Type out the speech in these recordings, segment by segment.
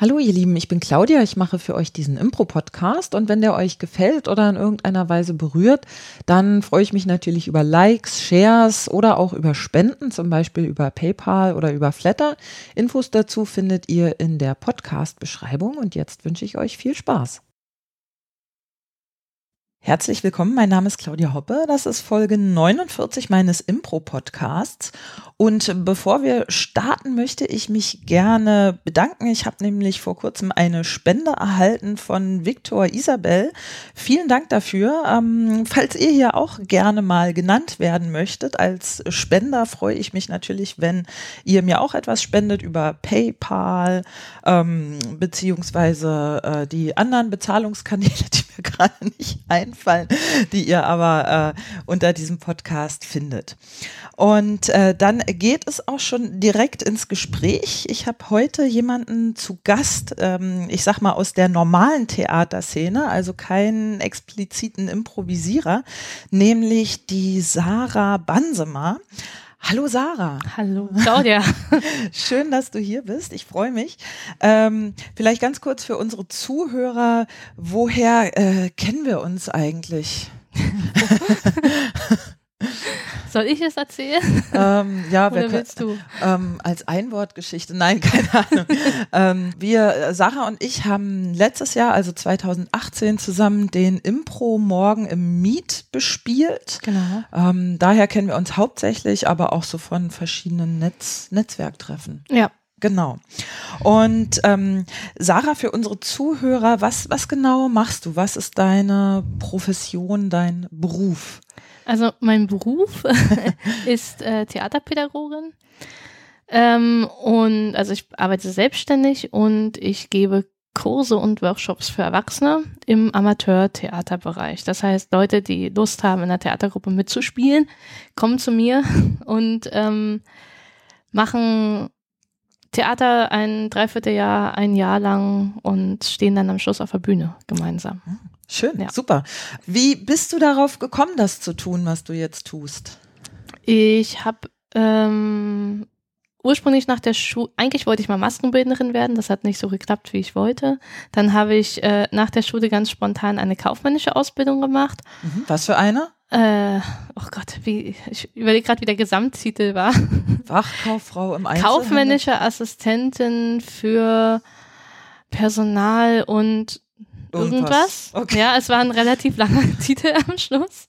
Hallo ihr Lieben, ich bin Claudia, ich mache für euch diesen Impro-Podcast und wenn der euch gefällt oder in irgendeiner Weise berührt, dann freue ich mich natürlich über Likes, Shares oder auch über Spenden, zum Beispiel über PayPal oder über Flatter. Infos dazu findet ihr in der Podcast-Beschreibung und jetzt wünsche ich euch viel Spaß. Herzlich willkommen, mein Name ist Claudia Hoppe, das ist Folge 49 meines Impro-Podcasts und bevor wir starten, möchte ich mich gerne bedanken. Ich habe nämlich vor kurzem eine Spende erhalten von Viktor Isabel. Vielen Dank dafür. Falls ihr hier auch gerne mal genannt werden möchtet als Spender, freue ich mich natürlich, wenn ihr mir auch etwas spendet über PayPal beziehungsweise die anderen Bezahlungskanäle, die mir gerade nicht einfallen, die ihr aber unter diesem Podcast findet. Und dann geht es auch schon direkt ins Gespräch. Ich habe heute jemanden zu Gast, ich sag mal aus der normalen Theaterszene, also keinen expliziten Improvisierer, nämlich die Sarah Bansemer. Hallo Sarah. Hallo Claudia. Schön, dass du hier bist. Ich freue mich. Vielleicht ganz kurz für unsere Zuhörer, woher kennen wir uns eigentlich? Soll ich es erzählen? Ja, oder willst du? Als Einwortgeschichte, nein, keine Ahnung. Sarah und ich haben letztes Jahr, also 2018, zusammen den Impro-Morgen im Meet bespielt. Genau. Daher kennen wir uns hauptsächlich, aber auch so von verschiedenen Netzwerktreffen. Ja. Genau. Und Sarah, für unsere Zuhörer, was genau machst du? Was ist deine Profession, dein Beruf? Also mein Beruf ist Theaterpädagogin und also ich arbeite selbstständig und ich gebe Kurse und Workshops für Erwachsene im Amateur-Theaterbereich. Das heißt, Leute, die Lust haben, in einer Theatergruppe mitzuspielen, kommen zu mir und machen Theater ein Dreivierteljahr, ein Jahr lang und stehen dann am Schluss auf der Bühne gemeinsam. Schön, ja. Super. Wie bist du darauf gekommen, das zu tun, was du jetzt tust? Ich habe ursprünglich nach der Schule, eigentlich wollte ich mal Maskenbildnerin werden, das hat nicht so geklappt, wie ich wollte. Dann habe ich nach der Schule ganz spontan eine kaufmännische Ausbildung gemacht. Was für eine? Oh Gott, ich überlege gerade, wie der Gesamttitel war. Fachkauffrau im Einzelhandel? Kaufmännische Assistentin für Personal und irgendwas. Okay. Ja, es war ein relativ langer Titel am Schluss.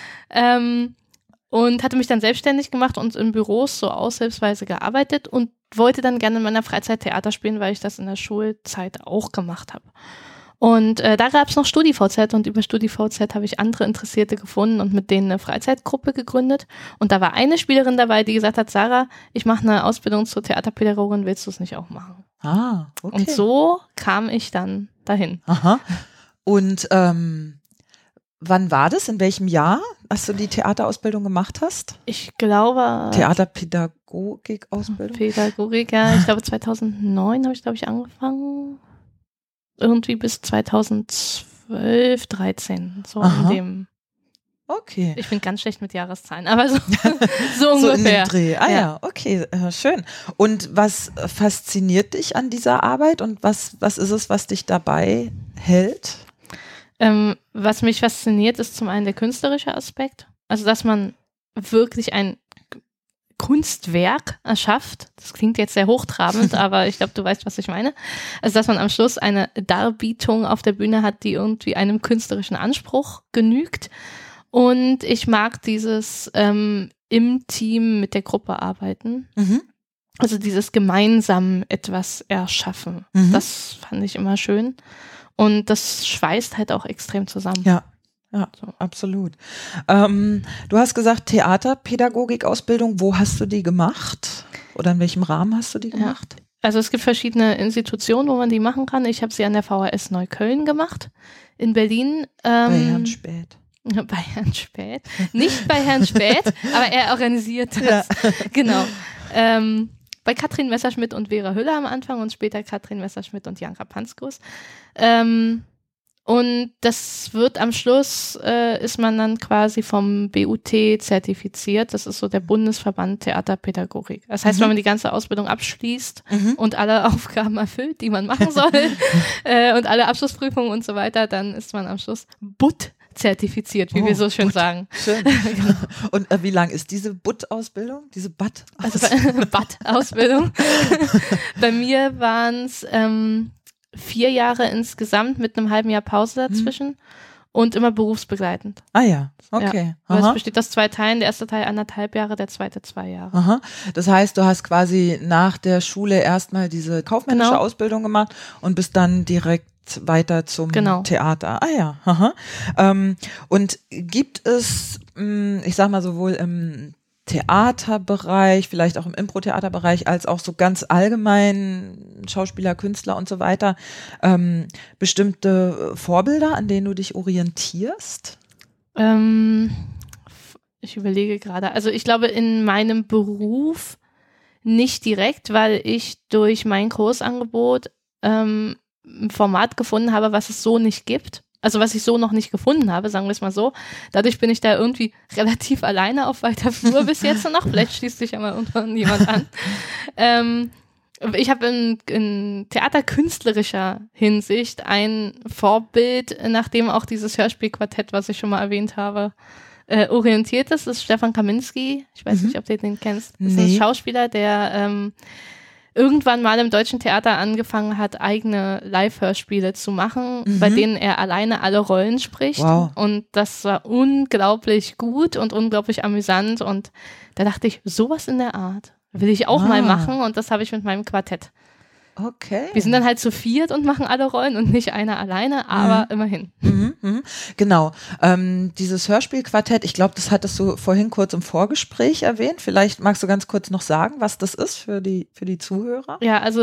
Und hatte mich dann selbstständig gemacht und in Büros so aushilfsweise gearbeitet und wollte dann gerne in meiner Freizeit Theater spielen, weil ich das in der Schulzeit auch gemacht habe. Und da gab es noch StudiVZ und über StudiVZ habe ich andere Interessierte gefunden und mit denen eine Freizeitgruppe gegründet. Und da war eine Spielerin dabei, die gesagt hat, Sarah, ich mache eine Ausbildung zur Theaterpädagogin, willst du es nicht auch machen? Ah, okay. Und so kam ich dann dahin. Aha. Und wann war das? In welchem Jahr, als du die Theaterausbildung gemacht hast? Ich glaube... Theaterpädagogik-Ausbildung? Pädagogik, ja. Ich glaube 2009 habe ich, angefangen. Irgendwie bis 2012, 13. So Aha. in dem... Okay. Ich bin ganz schlecht mit Jahreszahlen, aber so ungefähr. So in dem Dreh. Ja, okay, schön. Und was fasziniert dich an dieser Arbeit und was ist es, was dich dabei hält? Was mich fasziniert, ist zum einen der künstlerische Aspekt. Also, dass man wirklich ein Kunstwerk erschafft. Das klingt jetzt sehr hochtrabend, aber ich glaube, du weißt, was ich meine. Also, dass man am Schluss eine Darbietung auf der Bühne hat, die irgendwie einem künstlerischen Anspruch genügt. Und ich mag dieses im Team mit der Gruppe arbeiten. Mhm. Also dieses gemeinsam etwas erschaffen. Mhm. Das fand ich immer schön. Und das schweißt halt auch extrem zusammen. Ja, so. Absolut. Du hast gesagt, Theaterpädagogik-Ausbildung, wo hast du die gemacht? Oder in welchem Rahmen hast du die gemacht? Ja. Also es gibt verschiedene Institutionen, wo man die machen kann. Ich habe sie an der VHS Neukölln gemacht, in Berlin. Bei Herrn Späth. Bei Herrn Späth. Nicht bei Herrn Späth, aber er organisiert das. Ja. Genau. Bei Katrin Messerschmidt und Vera Hüller am Anfang und später Katrin Messerschmidt und Janka Panskus. Und das wird am Schluss, ist man dann quasi vom BUT zertifiziert. Das ist so der Bundesverband Theaterpädagogik. Das heißt, wenn man die ganze Ausbildung abschließt und alle Aufgaben erfüllt, die man machen soll und alle Abschlussprüfungen und so weiter, dann ist man am Schluss BUT zertifiziert, wie wir so schön sagen. Schön. Und wie lang ist diese BUT-Ausbildung? Diese BAT-Ausbildung? Also BAT-Ausbildung. Bei mir waren es 4 Jahre insgesamt mit einem halben Jahr Pause dazwischen und immer berufsbegleitend. Ah ja, okay. Ja. Es besteht aus 2 Teilen. Der erste Teil 1,5 Jahre, der zweite 2 Jahre. Aha. Das heißt, du hast quasi nach der Schule erstmal diese kaufmännische Ausbildung gemacht und bist dann direkt weiter zum Theater. Ah ja. Aha. Und gibt es, ich sag mal, sowohl im Theaterbereich, vielleicht auch im Impro-Theaterbereich, als auch so ganz allgemein Schauspieler, Künstler und so weiter, bestimmte Vorbilder, an denen du dich orientierst? Ich überlege gerade. Also ich glaube, in meinem Beruf nicht direkt, weil ich durch mein Kursangebot ein Format gefunden habe, was es so nicht gibt. Also was ich so noch nicht gefunden habe, sagen wir es mal so. Dadurch bin ich da irgendwie relativ alleine auf weiter Flur bis jetzt noch. Vielleicht schließt sich ja mal irgendwann jemand an. Ich habe in theaterkünstlerischer Hinsicht ein Vorbild, nach dem auch dieses Hörspielquartett, was ich schon mal erwähnt habe, orientiert ist. Das ist Stefan Kaminski. Ich weiß nicht, ob du den kennst. Das ist ein Schauspieler, der irgendwann mal im Deutschen Theater angefangen hat, eigene Live-Hörspiele zu machen, bei denen er alleine alle Rollen spricht. Wow. Und das war unglaublich gut und unglaublich amüsant. Und da dachte ich, sowas in der Art will ich auch mal machen. Und das habe ich mit meinem Quartett. Okay. Wir sind dann halt zu 4 und machen alle Rollen und nicht einer alleine, aber immerhin. Genau. Dieses Hörspielquartett, ich glaube, das hattest du vorhin kurz im Vorgespräch erwähnt. Vielleicht magst du ganz kurz noch sagen, was das ist für die Zuhörer? Ja, also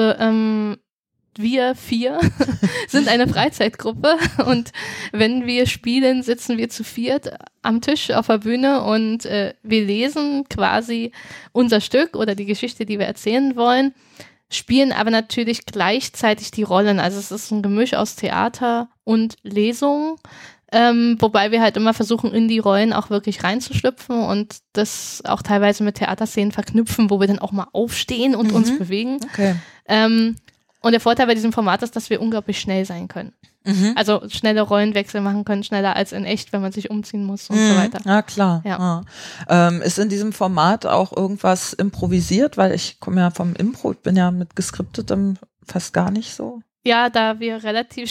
wir 4 sind eine Freizeitgruppe und wenn wir spielen, sitzen wir zu 4 am Tisch auf der Bühne und wir lesen quasi unser Stück oder die Geschichte, die wir erzählen wollen, spielen aber natürlich gleichzeitig die Rollen. Also es ist ein Gemisch aus Theater und Lesung, wobei wir halt immer versuchen, in die Rollen auch wirklich reinzuschlüpfen und das auch teilweise mit Theaterszenen verknüpfen, wo wir dann auch mal aufstehen und uns bewegen. Okay. Und der Vorteil bei diesem Format ist, dass wir unglaublich schnell sein können. Also schnelle Rollenwechsel machen können, schneller als in echt, wenn man sich umziehen muss und so weiter. Ja, klar. Ja. Ist in diesem Format auch irgendwas improvisiert? Weil ich komme ja vom Impro, ich bin ja mit Geskriptetem fast gar nicht so. Ja, da wir relativ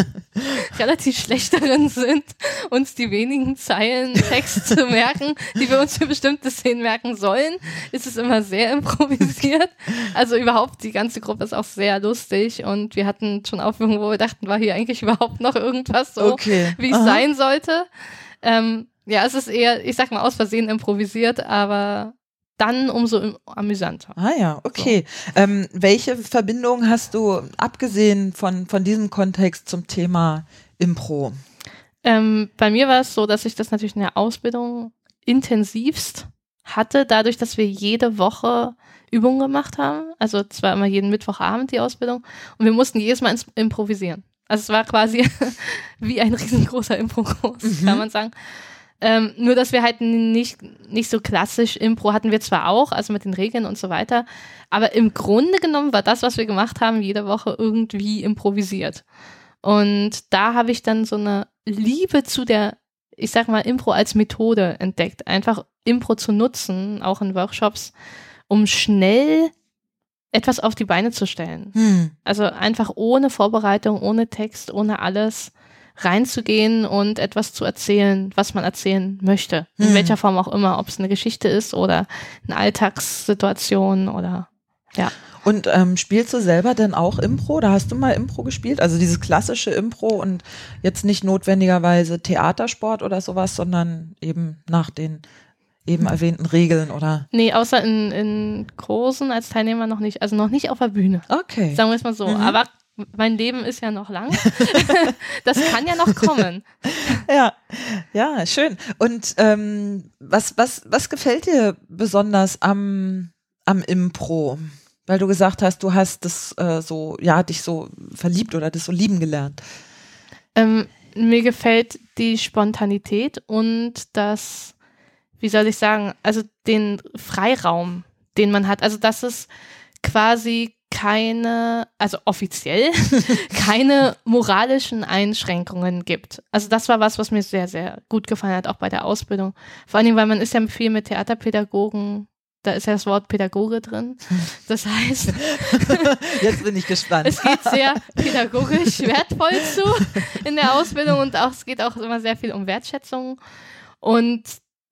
schlecht darin sind, uns die wenigen Zeilen Text zu merken, die wir uns für bestimmte Szenen merken sollen, ist es immer sehr improvisiert. Also überhaupt, die ganze Gruppe ist auch sehr lustig und wir hatten schon Aufführungen, wo wir dachten, war hier eigentlich überhaupt noch irgendwas so, wie es sein sollte. Ja, es ist eher, ich sag mal, aus Versehen improvisiert, aber dann umso amüsanter. Ah ja, okay. So. Welche Verbindung hast du, abgesehen von diesem Kontext, zum Thema Impro? Bei mir war es so, dass ich das natürlich in der Ausbildung intensivst hatte, dadurch, dass wir jede Woche Übungen gemacht haben. Also es war immer jeden Mittwochabend die Ausbildung und wir mussten jedes Mal improvisieren. Also es war quasi wie ein riesengroßer Impro-Kurs, kann man sagen. Nur, dass wir halt nicht so klassisch Impro hatten wir zwar auch, also mit den Regeln und so weiter, aber im Grunde genommen war das, was wir gemacht haben, jede Woche irgendwie improvisiert. Und da habe ich dann so eine Liebe zu der, ich sag mal, Impro als Methode entdeckt. Einfach Impro zu nutzen, auch in Workshops, um schnell etwas auf die Beine zu stellen. Also einfach ohne Vorbereitung, ohne Text, ohne alles reinzugehen und etwas zu erzählen, was man erzählen möchte. In welcher Form auch immer, ob es eine Geschichte ist oder eine Alltagssituation oder ja. Und spielst du selber denn auch Impro? Oder hast du mal Impro gespielt? Also dieses klassische Impro und jetzt nicht notwendigerweise Theatersport oder sowas, sondern eben nach den eben erwähnten Regeln, oder? Nee, außer in Kursen als Teilnehmer noch nicht. Also noch nicht auf der Bühne. Okay. Sagen wir es mal so. Aber mein Leben ist ja noch lang. Das kann ja noch kommen. Ja, schön. Und was gefällt dir besonders am Impro? Weil du gesagt hast, du hast das dich so verliebt oder das so lieben gelernt. Mir gefällt die Spontanität und das, wie soll ich sagen, also den Freiraum, den man hat. Also dass es quasi also offiziell keine moralischen Einschränkungen gibt. Also das war was mir sehr, sehr gut gefallen hat, auch bei der Ausbildung. Vor allen Dingen, weil man ist ja viel mit Theaterpädagogen, da ist ja das Wort Pädagoge drin. Das heißt, jetzt bin ich gespannt. Es geht sehr pädagogisch wertvoll zu in der Ausbildung und es geht auch immer sehr viel um Wertschätzung. Und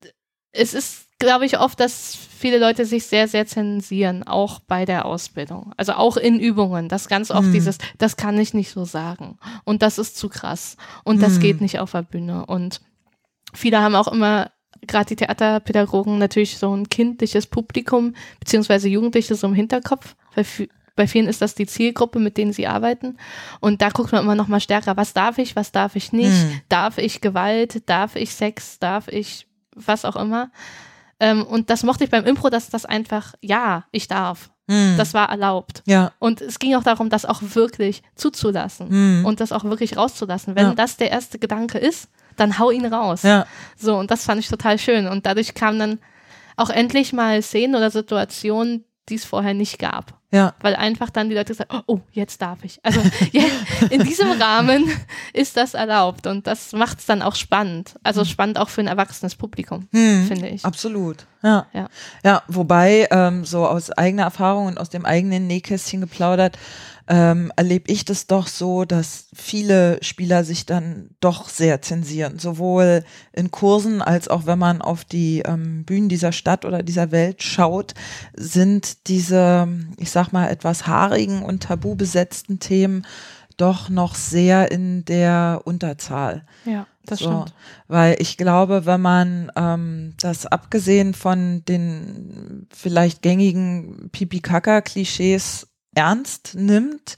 es ist, glaube ich, oft, dass viele Leute sich sehr, sehr zensieren, auch bei der Ausbildung. Also auch in Übungen, dass ganz oft das kann ich nicht so sagen. Und das ist zu krass. Und das geht nicht auf der Bühne. Und viele haben auch immer, gerade die Theaterpädagogen, natürlich so ein kindliches Publikum, beziehungsweise Jugendliche so im Hinterkopf, weil bei vielen ist das die Zielgruppe, mit denen sie arbeiten. Und da guckt man immer noch mal stärker, was darf ich nicht? Darf ich Gewalt? Darf ich Sex? Darf ich was auch immer? Und das mochte ich beim Impro, dass das einfach, ja, ich darf. Das war erlaubt. Ja. Und es ging auch darum, das auch wirklich zuzulassen und das auch wirklich rauszulassen. Wenn das der erste Gedanke ist, dann hau ihn raus. Ja. So, und das fand ich total schön. Und dadurch kamen dann auch endlich mal Szenen oder Situationen, die es vorher nicht gab. Ja. Weil einfach dann die Leute gesagt haben, oh, jetzt darf ich. Also in diesem Rahmen ist das erlaubt. Und das macht es dann auch spannend. Also spannend auch für ein erwachsenes Publikum, finde ich. Absolut. Ja. Wobei, so aus eigener Erfahrung und aus dem eigenen Nähkästchen geplaudert, erlebe ich das doch so, dass viele Spieler sich dann doch sehr zensieren, sowohl in Kursen als auch wenn man auf die Bühnen dieser Stadt oder dieser Welt schaut, sind diese, ich sag mal, etwas haarigen und tabu besetzten Themen doch noch sehr in der Unterzahl. Ja, das stimmt. Weil ich glaube, wenn man das abgesehen von den vielleicht gängigen Pipi-Kaka-Klischees ernst nimmt,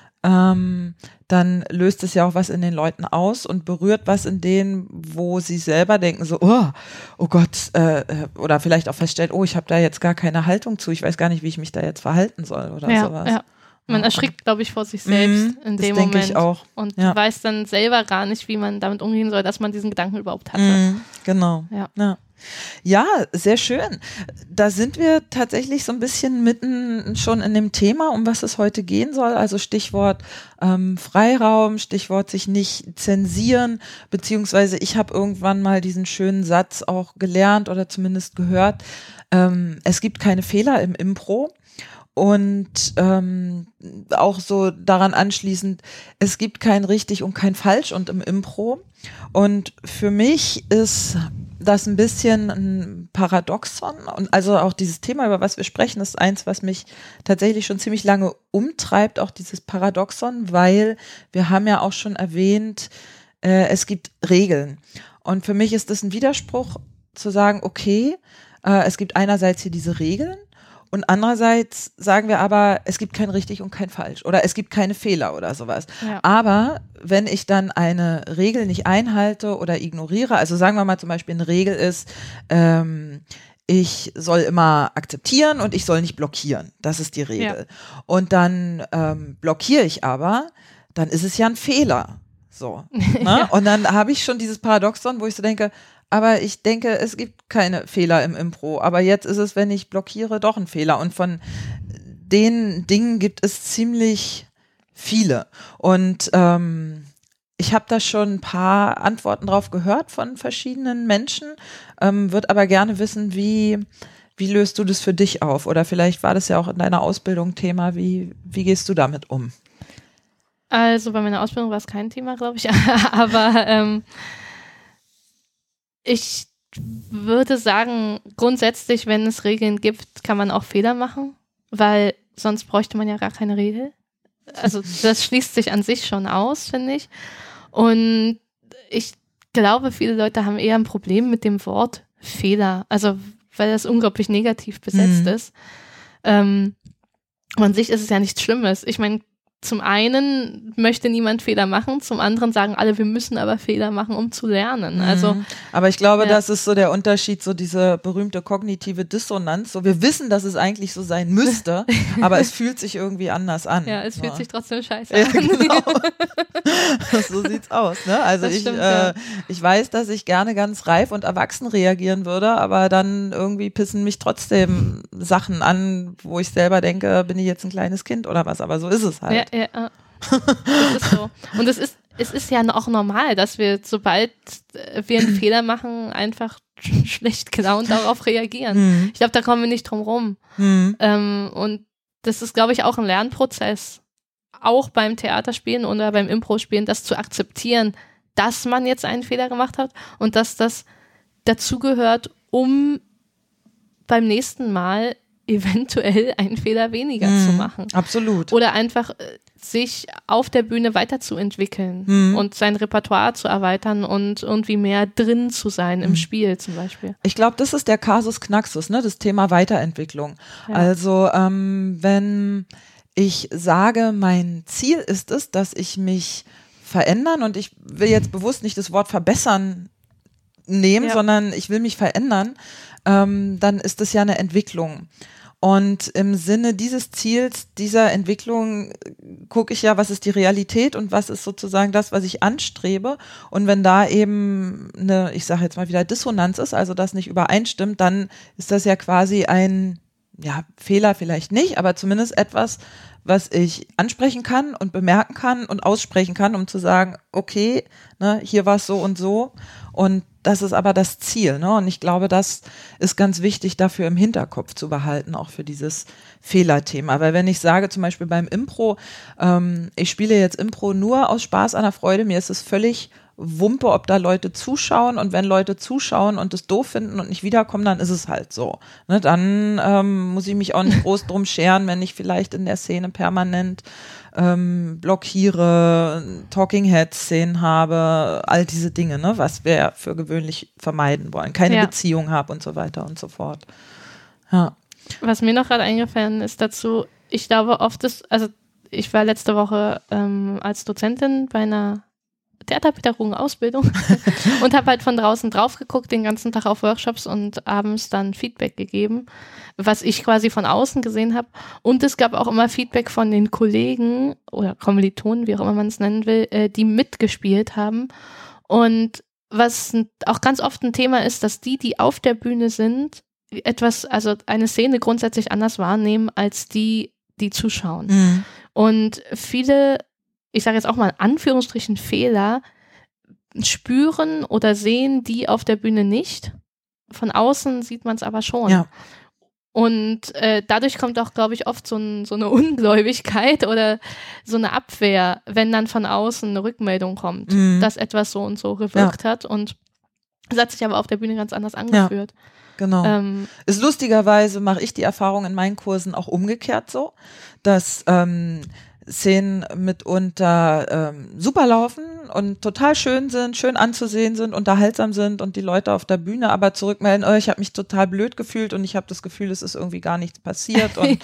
dann löst es ja auch was in den Leuten aus und berührt was in denen, wo sie selber denken so, oh Gott, oder vielleicht auch feststellt, oh, ich habe da jetzt gar keine Haltung zu, ich weiß gar nicht, wie ich mich da jetzt verhalten soll oder sowas. Ja. Man erschrickt, glaube ich, vor sich selbst in dem Moment. Das denke ich auch. Und weiß dann selber gar nicht, wie man damit umgehen soll, dass man diesen Gedanken überhaupt hatte. Genau. Ja, sehr schön. Da sind wir tatsächlich so ein bisschen mitten schon in dem Thema, um was es heute gehen soll. Also Stichwort Freiraum, Stichwort sich nicht zensieren, beziehungsweise ich habe irgendwann mal diesen schönen Satz auch gelernt oder zumindest gehört. Es gibt keine Fehler im Impro. Und auch so daran anschließend, es gibt kein richtig und kein falsch und im Impro. Und für mich ist das ein bisschen ein Paradoxon. Und also auch dieses Thema, über was wir sprechen, ist eins, was mich tatsächlich schon ziemlich lange umtreibt, auch dieses Paradoxon, weil wir haben ja auch schon erwähnt, es gibt Regeln. Und für mich ist das ein Widerspruch zu sagen, okay, es gibt einerseits hier diese Regeln, und andererseits sagen wir aber, es gibt kein richtig und kein falsch oder es gibt keine Fehler oder sowas. Ja. Aber wenn ich dann eine Regel nicht einhalte oder ignoriere, also sagen wir mal zum Beispiel eine Regel ist, ich soll immer akzeptieren und ich soll nicht blockieren. Das ist die Regel. Ja. Und dann blockiere ich aber, dann ist es ja ein Fehler. So. Ne? Und dann habe ich schon dieses Paradoxon, wo ich so denke, aber ich denke, es gibt keine Fehler im Impro. Aber jetzt ist es, wenn ich blockiere, doch ein Fehler. Und von den Dingen gibt es ziemlich viele. Und ich habe da schon ein paar Antworten drauf gehört von verschiedenen Menschen, würde aber gerne wissen, wie löst du das für dich auf? Oder vielleicht war das ja auch in deiner Ausbildung Thema. Wie gehst du damit um? Also bei meiner Ausbildung war es kein Thema, glaube ich. Aber ich würde sagen, grundsätzlich, wenn es Regeln gibt, kann man auch Fehler machen, weil sonst bräuchte man ja gar keine Regel. Also das schließt sich an sich schon aus, finde ich. Und ich glaube, viele Leute haben eher ein Problem mit dem Wort Fehler, also weil das unglaublich negativ besetzt ist. An sich ist es ja nichts Schlimmes. Ich meine, zum einen möchte niemand Fehler machen, zum anderen sagen alle, wir müssen aber Fehler machen, um zu lernen. Also, aber ich glaube, das ist so der Unterschied, so diese berühmte kognitive Dissonanz. So, wir wissen, dass es eigentlich so sein müsste, aber es fühlt sich irgendwie anders an. Ja, es fühlt sich trotzdem scheiße an. Ja, genau. So sieht's aus. Ne? Also ich weiß, dass ich gerne ganz reif und erwachsen reagieren würde, aber dann irgendwie pissen mich trotzdem Sachen an, wo ich selber denke, bin ich jetzt ein kleines Kind oder was, aber so ist es halt. Ja. Das ist so. Und es ist ja auch normal, dass wir, sobald wir einen Fehler machen, einfach schlecht gelaunt darauf reagieren. Ich glaube, da kommen wir nicht drum rum. Und das ist, glaube ich, auch ein Lernprozess, auch beim Theaterspielen oder beim Impro-Spielen, das zu akzeptieren, dass man jetzt einen Fehler gemacht hat und dass das dazugehört, um beim nächsten Mal eventuell einen Fehler weniger zu machen. Absolut. Oder einfach sich auf der Bühne weiterzuentwickeln und sein Repertoire zu erweitern und irgendwie mehr drin zu sein im Spiel zum Beispiel. Ich glaube, das ist der Kasus Knaxus, ne? Das Thema Weiterentwicklung. Ja. Also wenn ich sage, mein Ziel ist es, dass ich mich verändern und ich will jetzt bewusst nicht das Wort verbessern nehmen, sondern ich will mich verändern, dann ist das ja eine Entwicklung. Und im Sinne dieses Ziels, dieser Entwicklung gucke ich ja, was ist die Realität und was ist sozusagen das, was ich anstrebe. Und wenn da eben eine, ich sage jetzt mal wieder Dissonanz ist, also das nicht übereinstimmt, dann ist das ja quasi ein, Fehler vielleicht nicht, aber zumindest etwas, was ich ansprechen kann und bemerken kann und aussprechen kann, um zu sagen, okay, ne, hier war es so und so und das ist aber das Ziel, ne? Und ich glaube, das ist ganz wichtig dafür im Hinterkopf zu behalten, auch für dieses Fehlerthema. Weil wenn ich sage, zum Beispiel beim Impro, ich spiele jetzt Impro nur aus Spaß an der Freude, mir ist es völlig Wumpe, ob da Leute zuschauen und wenn Leute zuschauen und es doof finden und nicht wiederkommen, dann ist es halt so. Ne? Dann muss ich mich auch nicht groß drum scheren, wenn ich vielleicht in der Szene permanent blockiere, Talking-Head-Szenen habe, all diese Dinge, ne, was wir für gewöhnlich vermeiden wollen. Keine Beziehung habe und so weiter und so fort. Ja. Was mir noch gerade eingefallen ist dazu, ich glaube oft ist, also ich war letzte Woche als Dozentin bei einer Theaterpädagogen-Ausbildung und habe halt von draußen drauf geguckt, den ganzen Tag auf Workshops und abends dann Feedback gegeben, was ich quasi von außen gesehen habe. Und es gab auch immer Feedback von den Kollegen oder Kommilitonen, wie auch immer man es nennen will, die mitgespielt haben. Und was auch ganz oft ein Thema ist, dass die auf der Bühne sind, also eine Szene grundsätzlich anders wahrnehmen als die zuschauen. Und viele, ich sage jetzt auch mal in Anführungsstrichen Fehler, spüren oder sehen die auf der Bühne nicht. Von außen sieht man es aber schon. Ja. Und dadurch kommt auch, glaube ich, oft so eine Ungläubigkeit oder so eine Abwehr, wenn dann von außen eine Rückmeldung kommt, dass etwas so und so gewirkt hat. Und es hat sich aber auf der Bühne ganz anders angeführt. Ja. Genau. Ist lustigerweise, mache ich die Erfahrung in meinen Kursen auch umgekehrt so, dass Szenen mitunter super laufen und total schön sind, schön anzusehen sind, unterhaltsam sind und die Leute auf der Bühne aber zurückmelden, ich habe mich total blöd gefühlt und ich habe das Gefühl, es ist irgendwie gar nichts passiert und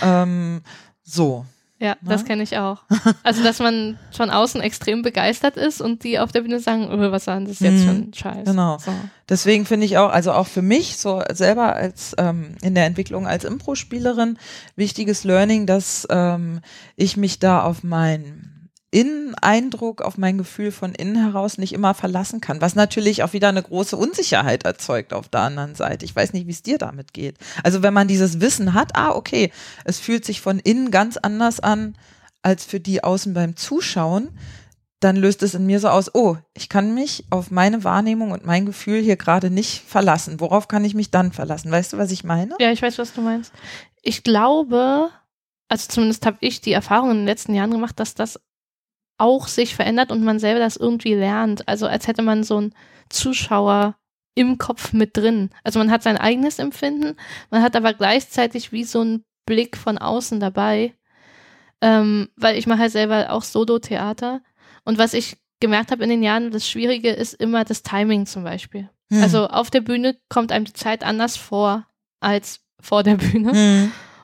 so. Ja, das kenne ich auch. Also, dass man von außen extrem begeistert ist und die auf der Bühne sagen, was war das jetzt für ein Scheiß? Genau. So. Deswegen finde ich auch, also auch für mich so selber als in der Entwicklung als Impro-Spielerin wichtiges Learning, dass ich mich da auf meinen Inneneindruck, auf mein Gefühl von innen heraus nicht immer verlassen kann, was natürlich auch wieder eine große Unsicherheit erzeugt auf der anderen Seite. Ich weiß nicht, wie es dir damit geht. Also wenn man dieses Wissen hat, okay, es fühlt sich von innen ganz anders an als für die außen beim Zuschauen, dann löst es in mir so aus, ich kann mich auf meine Wahrnehmung und mein Gefühl hier gerade nicht verlassen. Worauf kann ich mich dann verlassen? Weißt du, was ich meine? Ja, ich weiß, was du meinst. Ich glaube, also zumindest habe ich die Erfahrung in den letzten Jahren gemacht, dass das auch sich verändert und man selber das irgendwie lernt. Also als hätte man so einen Zuschauer im Kopf mit drin. Also man hat sein eigenes Empfinden, man hat aber gleichzeitig wie so einen Blick von außen dabei. Weil ich mache halt selber auch Solo-Theater. Und was ich gemerkt habe in den Jahren, das Schwierige ist immer das Timing zum Beispiel. Also auf der Bühne kommt einem die Zeit anders vor als vor der Bühne.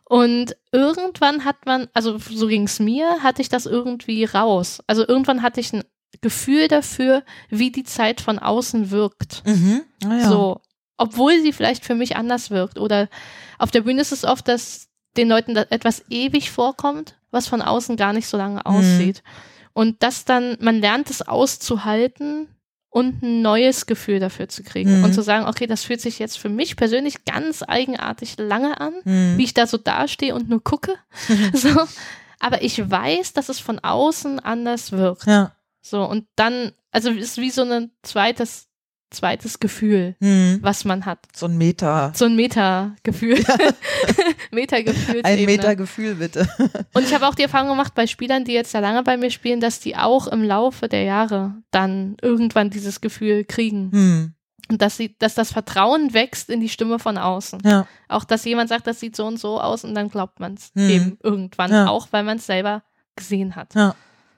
Und irgendwann also so ging es mir, hatte ich das irgendwie raus. Also irgendwann hatte ich ein Gefühl dafür, wie die Zeit von außen wirkt. So, obwohl sie vielleicht für mich anders wirkt. Oder auf der Bühne ist es oft, dass den Leuten etwas ewig vorkommt, was von außen gar nicht so lange aussieht. Und das dann, man lernt es auszuhalten und ein neues Gefühl dafür zu kriegen und zu sagen, okay, das fühlt sich jetzt für mich persönlich ganz eigenartig lange an, wie ich da so dastehe und nur gucke. So. Aber ich weiß, dass es von außen anders wirkt. Ja. So, und dann, also es ist wie so ein zweites Gefühl, was man hat. So ein Meta-Gefühl. Ja. Meta-Gefühlsebene. Ein Meta-Gefühl, bitte. Und ich habe auch die Erfahrung gemacht bei Spielern, die jetzt da lange bei mir spielen, dass die auch im Laufe der Jahre dann irgendwann dieses Gefühl kriegen. Und dass das Vertrauen wächst in die Stimme von außen. Ja. Auch, dass jemand sagt, das sieht so und so aus und dann glaubt man es eben irgendwann, auch weil man es selber gesehen hat. Ja.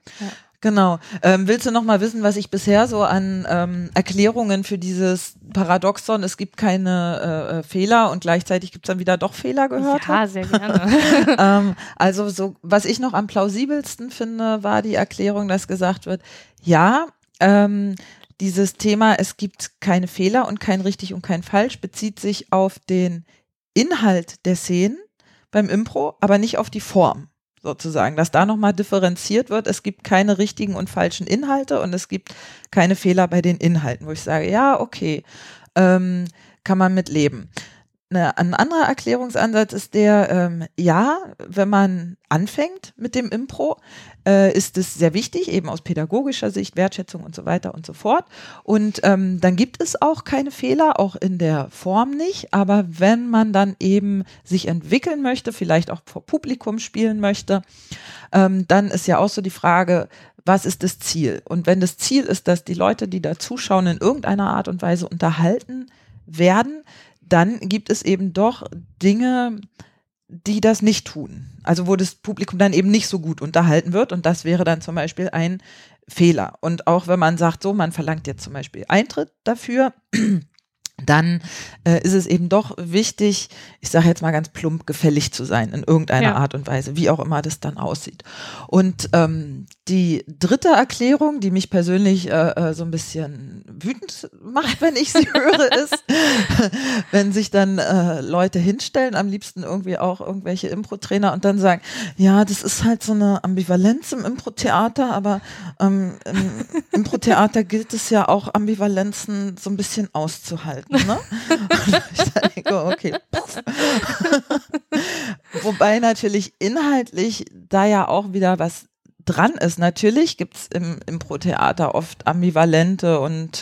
Genau. Willst du noch mal wissen, was ich bisher so an Erklärungen für dieses Paradoxon, es gibt keine Fehler und gleichzeitig gibt es dann wieder doch Fehler gehört habe? Ja, sehr gerne. Also so, was ich noch am plausibelsten finde, war die Erklärung, dass gesagt wird, ja, dieses Thema, es gibt keine Fehler und kein richtig und kein falsch, bezieht sich auf den Inhalt der Szenen beim Impro, aber nicht auf die Form. Sozusagen, dass da nochmal differenziert wird, es gibt keine richtigen und falschen Inhalte und es gibt keine Fehler bei den Inhalten, wo ich sage, ja, okay, kann man mit leben. Ein anderer Erklärungsansatz ist der, ja, wenn man anfängt mit dem Impro, ist es sehr wichtig, eben aus pädagogischer Sicht, Wertschätzung und so weiter und so fort. Und dann gibt es auch keine Fehler, auch in der Form nicht. Aber wenn man dann eben sich entwickeln möchte, vielleicht auch vor Publikum spielen möchte, dann ist ja auch so die Frage, was ist das Ziel? Und wenn das Ziel ist, dass die Leute, die da zuschauen, in irgendeiner Art und Weise unterhalten werden, dann gibt es eben doch Dinge, die das nicht tun. Also wo das Publikum dann eben nicht so gut unterhalten wird und das wäre dann zum Beispiel ein Fehler. Und auch wenn man sagt, so, man verlangt jetzt zum Beispiel Eintritt dafür, dann ist es eben doch wichtig, ich sage jetzt mal ganz plump, gefällig zu sein in irgendeiner Art und Weise, wie auch immer das dann aussieht. Und die dritte Erklärung, die mich persönlich so ein bisschen wütend macht, wenn ich sie höre, ist, wenn sich dann Leute hinstellen, am liebsten irgendwie auch irgendwelche Impro-Trainer und dann sagen, ja, das ist halt so eine Ambivalenz im Impro-Theater, aber im Impro-Theater gilt es ja auch, Ambivalenzen so ein bisschen auszuhalten. Ne? Und ich denke, okay. Wobei natürlich inhaltlich da ja auch wieder was dran ist. Natürlich gibt es im Impro-Theater oft ambivalente und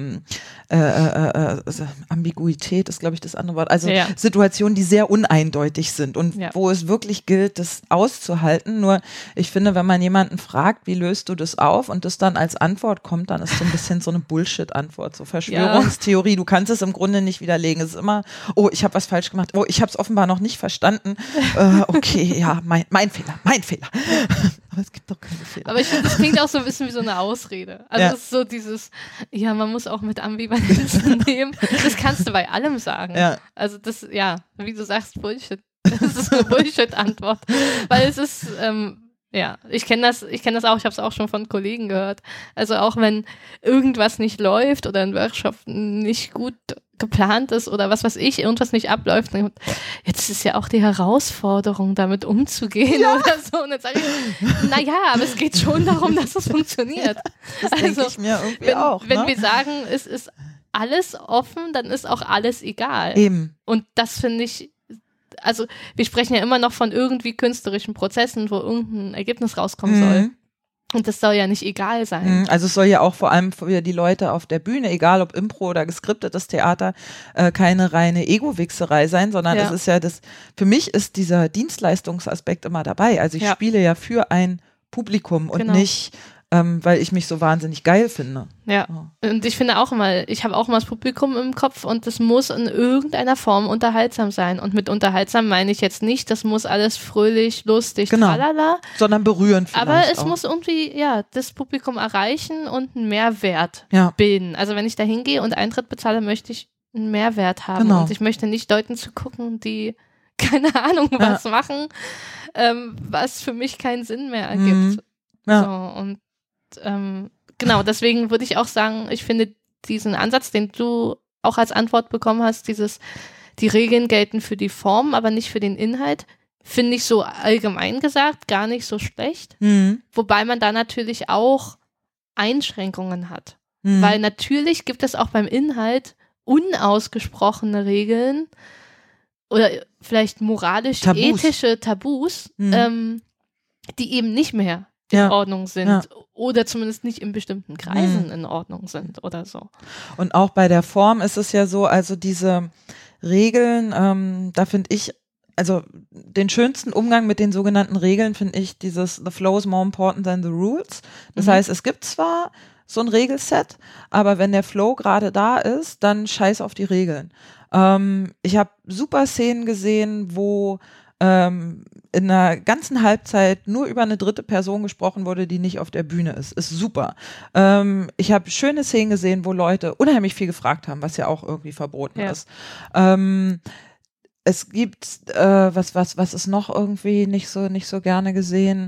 Ambiguität ist, glaube ich, das andere Wort. Also Situationen, die sehr uneindeutig sind und wo es wirklich gilt, das auszuhalten. Nur ich finde, wenn man jemanden fragt, wie löst du das auf und das dann als Antwort kommt, dann ist so ein bisschen so eine Bullshit-Antwort, so Verschwörungstheorie. Du kannst es im Grunde nicht widerlegen. Es ist immer, oh, ich habe was falsch gemacht. Oh, ich habe es offenbar noch nicht verstanden. Okay, ja, mein Fehler. Aber es gibt doch keine Fehler. Aber ich finde, das klingt auch so ein bisschen wie so eine Ausrede. Also es ist so dieses, ja, man muss auch mit Ambivalenzen nehmen. Das kannst du bei allem sagen. Ja. Also das, wie du sagst, Bullshit. Das ist eine Bullshit-Antwort. Weil es ist, ich kenne das auch, ich habe es auch schon von Kollegen gehört. Also auch wenn irgendwas nicht läuft oder ein Workshop nicht gut geplant ist oder was weiß ich, irgendwas nicht abläuft, dann, jetzt ist ja auch die Herausforderung, damit umzugehen oder so. Und dann sage ich, naja, aber es geht schon darum, dass es funktioniert. Das denke ich mir irgendwie auch. Wenn wir sagen, es ist alles offen, dann ist auch alles egal. Eben. Und das finde ich, also wir sprechen ja immer noch von irgendwie künstlerischen Prozessen, wo irgendein Ergebnis rauskommen soll. Und das soll ja nicht egal sein. Also es soll ja auch vor allem für die Leute auf der Bühne, egal ob Impro oder geskriptetes Theater, keine reine Ego-Wichserei sein, sondern es ist ja für mich ist dieser Dienstleistungsaspekt immer dabei. Also ich spiele ja für ein Publikum und nicht weil ich mich so wahnsinnig geil finde. Ja, und ich finde auch immer, ich habe auch immer das Publikum im Kopf und das muss in irgendeiner Form unterhaltsam sein. Und mit unterhaltsam meine ich jetzt nicht, das muss alles fröhlich, lustig, tralala. Sondern berührend vielleicht aber es auch. muss irgendwie, das Publikum erreichen und einen Mehrwert bilden. Also wenn ich da hingehe und Eintritt bezahle, möchte ich einen Mehrwert haben. Und ich möchte nicht Leuten zugucken, die keine Ahnung, was machen, was für mich keinen Sinn mehr ergibt. Ja. So, und genau, deswegen würde ich auch sagen, ich finde diesen Ansatz, den du auch als Antwort bekommen hast, die Regeln gelten für die Form, aber nicht für den Inhalt, finde ich so allgemein gesagt gar nicht so schlecht. Wobei man da natürlich auch Einschränkungen hat. Weil natürlich gibt es auch beim Inhalt unausgesprochene Regeln oder vielleicht moralisch-ethische Tabus, die eben nicht mehr in Ordnung sind oder zumindest nicht in bestimmten Kreisen in Ordnung sind oder so. Und auch bei der Form ist es ja so, also diese Regeln, da finde ich, also den schönsten Umgang mit den sogenannten Regeln finde ich dieses The flow is more important than the rules. Das heißt, es gibt zwar so ein Regelset, aber wenn der Flow gerade da ist, dann scheiß auf die Regeln. Ich habe super Szenen gesehen, wo in einer ganzen Halbzeit nur über eine dritte Person gesprochen wurde, die nicht auf der Bühne ist. Ist super. Ich habe schöne Szenen gesehen, wo Leute unheimlich viel gefragt haben, was ja auch irgendwie verboten ist. Es gibt, was ist noch irgendwie nicht so gerne gesehen?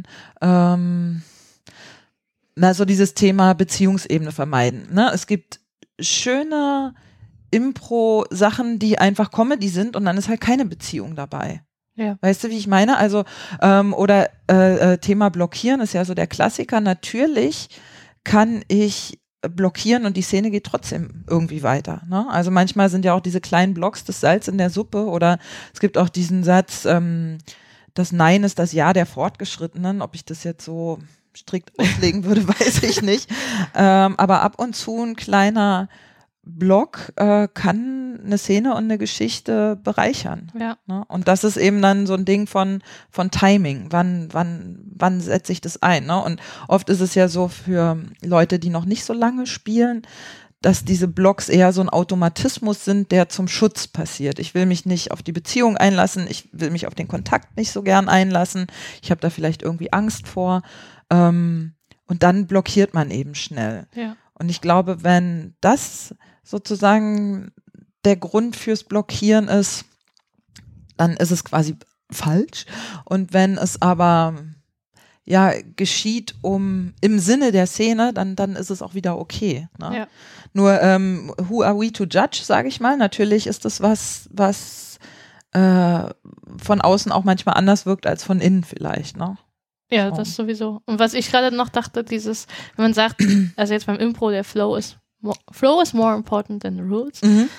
So dieses Thema Beziehungsebene vermeiden. Ne? Es gibt schöne Impro-Sachen, die einfach Comedy sind und dann ist halt keine Beziehung dabei. Ja. Weißt du, wie ich meine? Also, Thema Blockieren ist ja so der Klassiker. Natürlich kann ich blockieren und die Szene geht trotzdem irgendwie weiter. Ne? Also manchmal sind ja auch diese kleinen Blocks das Salz in der Suppe oder es gibt auch diesen Satz, das Nein ist das Ja der Fortgeschrittenen. Ob ich das jetzt so strikt auslegen würde, weiß ich nicht. Aber ab und zu ein kleiner Block kann eine Szene und eine Geschichte bereichern. Ja. Ne? Und das ist eben dann so ein Ding von Timing. Wann setze ich das ein? Ne? Und oft ist es ja so für Leute, die noch nicht so lange spielen, dass diese Blocks eher so ein Automatismus sind, der zum Schutz passiert. Ich will mich nicht auf die Beziehung einlassen, ich will mich auf den Kontakt nicht so gern einlassen, ich habe da vielleicht irgendwie Angst vor. Und dann blockiert man eben schnell. Ja. Und ich glaube, wenn das sozusagen der Grund fürs Blockieren ist, dann ist es quasi falsch. Und wenn es aber geschieht im Sinne der Szene, dann ist es auch wieder okay. Ne? Ja. Nur who are we to judge, sage ich mal. Natürlich ist das was von außen auch manchmal anders wirkt als von innen vielleicht. Ne? Ja, das sowieso. Und was ich gerade noch dachte, wenn man sagt, also jetzt beim Impro, der Flow is more important than the rules.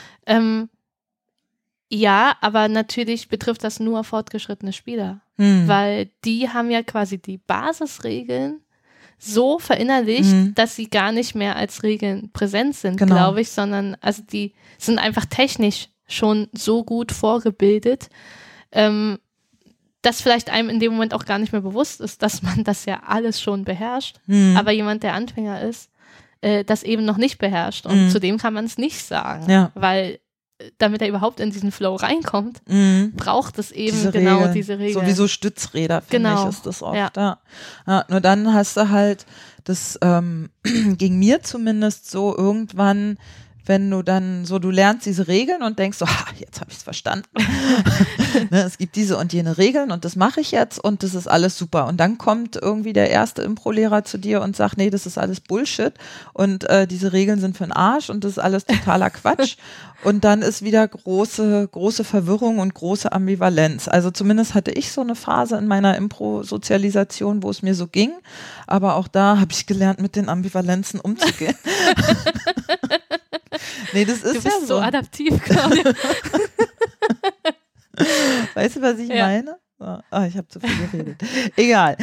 Ja, aber natürlich betrifft das nur fortgeschrittene Spieler, weil die haben ja quasi die Basisregeln so verinnerlicht, dass sie gar nicht mehr als Regeln präsent sind, glaube ich, sondern also die sind einfach technisch schon so gut vorgebildet, dass vielleicht einem in dem Moment auch gar nicht mehr bewusst ist, dass man das ja alles schon beherrscht, aber jemand, der Anfänger ist, das eben noch nicht beherrscht und zu dem kann man es nicht sagen, weil damit er überhaupt in diesen Flow reinkommt, braucht es eben diese Regeln. Sowieso Stützräder, finde ich, ist das oft. Ja, nur dann hast du halt, das ging mir zumindest so irgendwann, wenn du dann so, du lernst diese Regeln und denkst so, jetzt habe ich es verstanden. Ne, es gibt diese und jene Regeln und das mache ich jetzt und das ist alles super. Und dann kommt irgendwie der erste Impro-Lehrer zu dir und sagt, nee, das ist alles Bullshit und diese Regeln sind für den Arsch und das ist alles totaler Quatsch. Und dann ist wieder große Verwirrung und große Ambivalenz. Also zumindest hatte ich so eine Phase in meiner Impro-Sozialisation, wo es mir so ging. Aber auch da habe ich gelernt, mit den Ambivalenzen umzugehen. Nee, das ist du bist so adaptiv, Claudia. Weißt du, was ich meine? Ich habe zu viel geredet. Egal.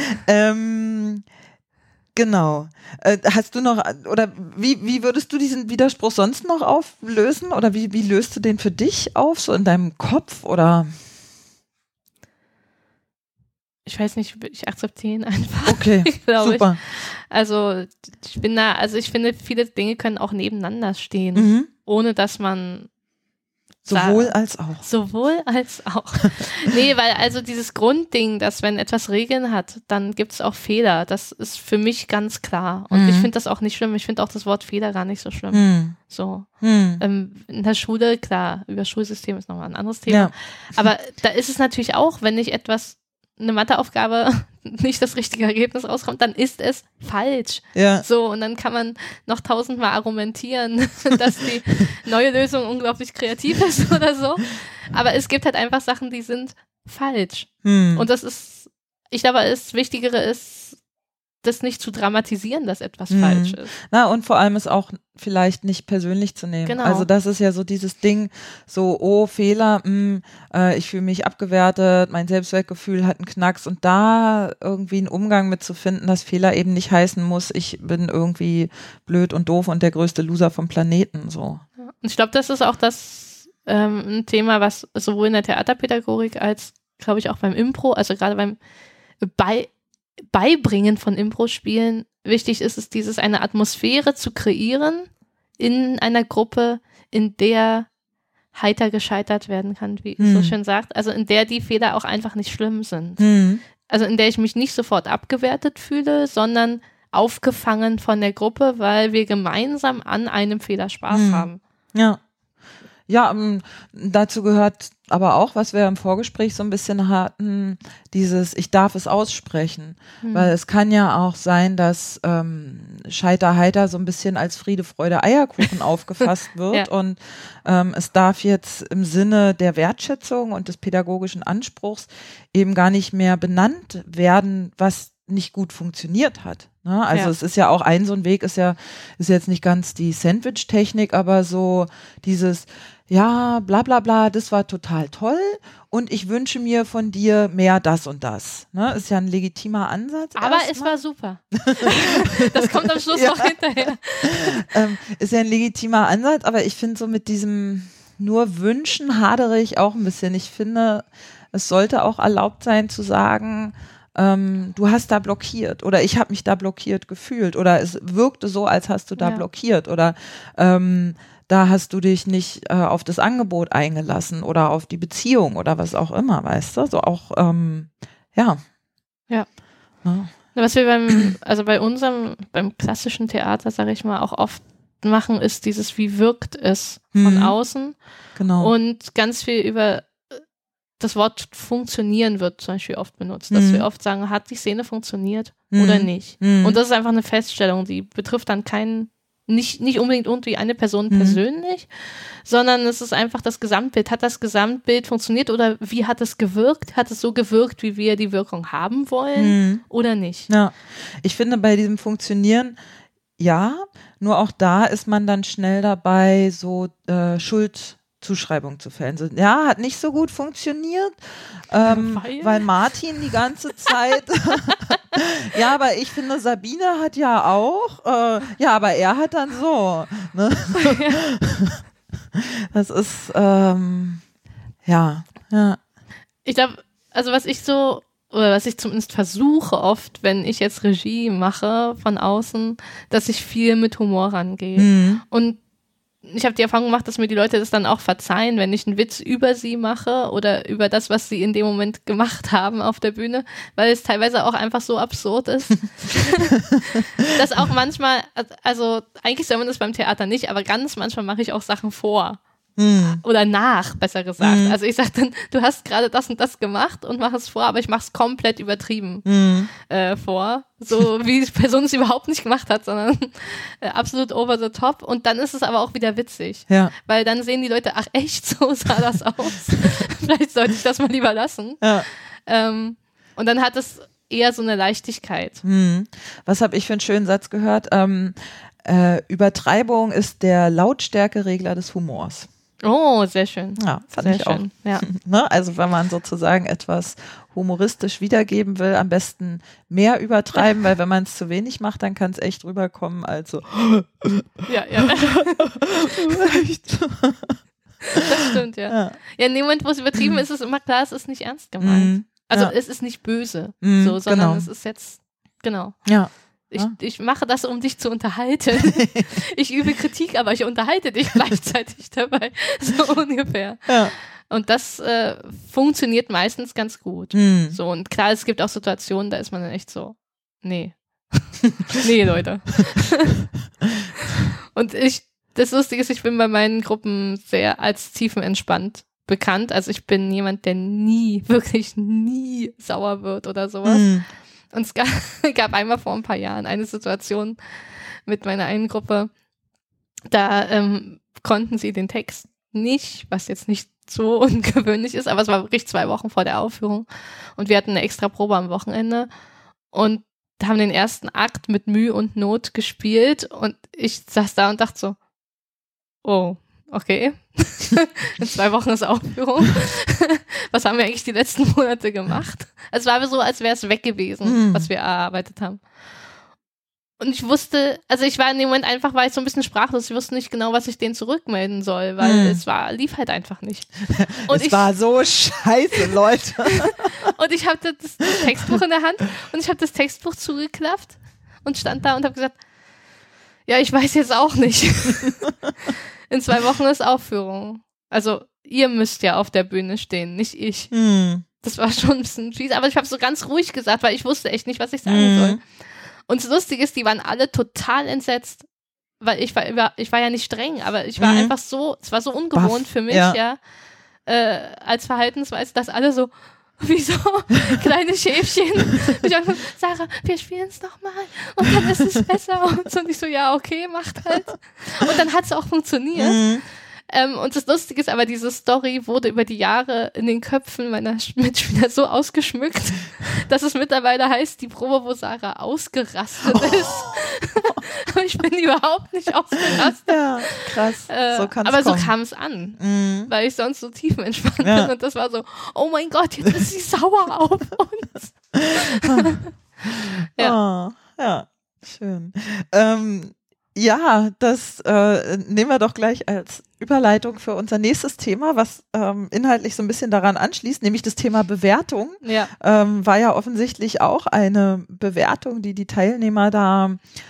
Genau. Hast du noch, oder wie würdest du diesen Widerspruch sonst noch auflösen? Oder wie löst du den für dich auf, so in deinem Kopf? Oder? Ich weiß nicht, ich akzeptiere ihn einfach. Okay, super. Also ich finde, viele Dinge können auch nebeneinander stehen, ohne dass man Sowohl als auch. Sowohl als auch. Nee, weil also dieses Grundding, dass wenn etwas Regeln hat, dann gibt es auch Fehler. Das ist für mich ganz klar. Und ich finde das auch nicht schlimm. Ich finde auch das Wort Fehler gar nicht so schlimm. So. In der Schule, klar, über Schulsystem ist nochmal ein anderes Thema. Ja. Aber da ist es natürlich auch, wenn ich eine Matheaufgabe nicht das richtige Ergebnis rauskommt, dann ist es falsch. Ja. So, und dann kann man noch 1000-mal argumentieren, dass die neue Lösung unglaublich kreativ ist oder so. Aber es gibt halt einfach Sachen, die sind falsch. Und das ist, ich glaube, das Wichtigere ist, das nicht zu dramatisieren, dass etwas falsch ist. Na, und vor allem es auch vielleicht nicht persönlich zu nehmen. Genau. Also das ist ja so dieses Ding, so, oh, Fehler, ich fühle mich abgewertet, mein Selbstwertgefühl hat einen Knacks und da irgendwie einen Umgang mit zu finden, dass Fehler eben nicht heißen muss, ich bin irgendwie blöd und doof und der größte Loser vom Planeten, so. Und ich glaube, das ist auch ein Thema, was sowohl in der Theaterpädagogik als, glaube ich, auch beim Impro, also gerade beim Beibringen von Impro-Spielen wichtig ist es, eine Atmosphäre zu kreieren in einer Gruppe, in der heiter gescheitert werden kann, wie es so schön sagt. Also in der die Fehler auch einfach nicht schlimm sind. Also in der ich mich nicht sofort abgewertet fühle, sondern aufgefangen von der Gruppe, weil wir gemeinsam an einem Fehler Spaß haben. Ja. Ja, dazu gehört aber auch, was wir im Vorgespräch so ein bisschen hatten, dieses ich darf es aussprechen, weil es kann ja auch sein, dass Scheiter-Heiter so ein bisschen als Friede, Freude, Eierkuchen aufgefasst wird und es darf jetzt im Sinne der Wertschätzung und des pädagogischen Anspruchs eben gar nicht mehr benannt werden, was nicht gut funktioniert hat. Ne? Also es ist ja auch so ein Weg, ist jetzt nicht ganz die Sandwich-Technik, aber so dieses, ja, bla bla bla, das war total toll und ich wünsche mir von dir mehr das und das. Ne? Ist ja ein legitimer Ansatz. Aber es war super. Das kommt am Schluss noch hinterher. Ist ja ein legitimer Ansatz, aber ich finde so mit diesem nur Wünschen hadere ich auch ein bisschen. Ich finde, es sollte auch erlaubt sein zu sagen, du hast da blockiert oder ich habe mich da blockiert gefühlt oder es wirkte so, als hast du da blockiert oder da hast du dich nicht auf das Angebot eingelassen oder auf die Beziehung oder was auch immer, weißt du? So auch, Ja. Was wir beim klassischen Theater, sage ich mal, auch oft machen, ist dieses, wie wirkt es von außen? Genau. Und ganz viel über das Wort funktionieren wird zum Beispiel oft benutzt, dass wir oft sagen, hat die Szene funktioniert oder nicht? Und das ist einfach eine Feststellung, die betrifft dann nicht unbedingt irgendwie eine Person persönlich, sondern es ist einfach das Gesamtbild. Hat das Gesamtbild funktioniert oder wie hat es gewirkt? Hat es so gewirkt, wie wir die Wirkung haben wollen oder nicht? Ja, ich finde bei diesem Funktionieren, ja, nur auch da ist man dann schnell dabei, so Schuldzuschreibung zu fällen. So, ja, hat nicht so gut funktioniert, weil Martin die ganze Zeit, ja, aber ich finde, Sabine hat ja auch, ja, aber er hat dann so. Ne? Das ist, ja. Ich glaube, also was ich zumindest versuche oft, wenn ich jetzt Regie mache von außen, dass ich viel mit Humor rangehe. Und ich habe die Erfahrung gemacht, dass mir die Leute das dann auch verzeihen, wenn ich einen Witz über sie mache oder über das, was sie in dem Moment gemacht haben auf der Bühne, weil es teilweise auch einfach so absurd ist. Dass auch manchmal, also eigentlich soll man das beim Theater nicht, aber ganz manchmal mache ich auch Sachen vor. Oder nach, besser gesagt. Also ich sage dann, du hast gerade das und das gemacht und mach es vor, aber ich mache es komplett übertrieben vor. So wie die Person es überhaupt nicht gemacht hat, sondern absolut over the top. Und dann ist es aber auch wieder witzig. Ja. Weil dann sehen die Leute, ach echt, so sah das aus. Vielleicht sollte ich das mal lieber lassen. Ja. Und dann hat es eher so eine Leichtigkeit. Was habe ich für einen schönen Satz gehört? Übertreibung ist der Lautstärkeregler des Humors. Oh, sehr schön. Ja, fand sehr ich auch. schön. Ja. Ne? Also wenn man sozusagen etwas humoristisch wiedergeben will, am besten mehr übertreiben, weil wenn man es zu wenig macht, dann kann es echt rüberkommen, also ja. Das stimmt, ja. Ja, in dem Moment, wo es übertrieben ist, ist immer klar, es ist nicht ernst gemeint. Also es ist nicht böse, sondern es ist jetzt, genau. Ja. Ich mache das, um dich zu unterhalten. Ich übe Kritik, aber ich unterhalte dich gleichzeitig dabei. So ungefähr. Ja. Und das funktioniert meistens ganz gut. So, und klar, es gibt auch Situationen, da ist man dann echt so, nee. Nee, Leute. Und das Lustige ist, ich bin bei meinen Gruppen sehr als tiefenentspannt bekannt. Also ich bin jemand, der wirklich nie sauer wird oder sowas. Und es gab einmal vor ein paar Jahren eine Situation mit meiner einen Gruppe, da konnten sie den Text nicht, was jetzt nicht so ungewöhnlich ist, aber es war wirklich 2 Wochen vor der Aufführung und wir hatten eine extra Probe am Wochenende und haben den ersten Akt mit Mühe und Not gespielt und ich saß da und dachte so, oh, okay, in 2 Wochen ist Aufführung. Was haben wir eigentlich die letzten Monate gemacht? Es war so, als wäre es weg gewesen, was wir erarbeitet haben. Und ich wusste, also ich war in dem Moment einfach, war ich so ein bisschen sprachlos, ich wusste nicht genau, was ich denen zurückmelden soll, weil lief halt einfach nicht. Und es war so scheiße, Leute. Und ich hatte das Textbuch in der Hand und ich habe das Textbuch zugeklappt und stand da und habe gesagt, ja, ich weiß jetzt auch nicht. In 2 Wochen ist Aufführung. Also ihr müsst ja auf der Bühne stehen, nicht ich. Das war schon ein bisschen fies, aber ich habe so ganz ruhig gesagt, weil ich wusste echt nicht, was ich sagen soll. Und das Lustige ist, die waren alle total entsetzt, weil ich war ja nicht streng, aber ich war einfach so, es war so ungewohnt für mich, ja, als Verhaltensweise, dass alle so, wie so kleine Schäfchen. Ich dachte, Sarah, wir spielen es nochmal und dann ist es besser. Und ich so, ja, okay, macht halt. Und dann hat es auch funktioniert. Und das Lustige ist aber, diese Story wurde über die Jahre in den Köpfen meiner Mitspieler so ausgeschmückt, dass es mittlerweile heißt, die Probe, wo Sarah ausgerastet ist. Aber ich bin überhaupt nicht ausgerastet. Ja, krass. So kann's aber kommen. so kam es an, weil ich sonst so tiefenentspannt bin. Und das war so, oh mein Gott, jetzt ist sie sauer auf uns. Ja, schön. Ja, das nehmen wir doch gleich als Überleitung für unser nächstes Thema, was inhaltlich so ein bisschen daran anschließt, nämlich das Thema Bewertung. Ja. War ja offensichtlich auch eine Bewertung, die Teilnehmer da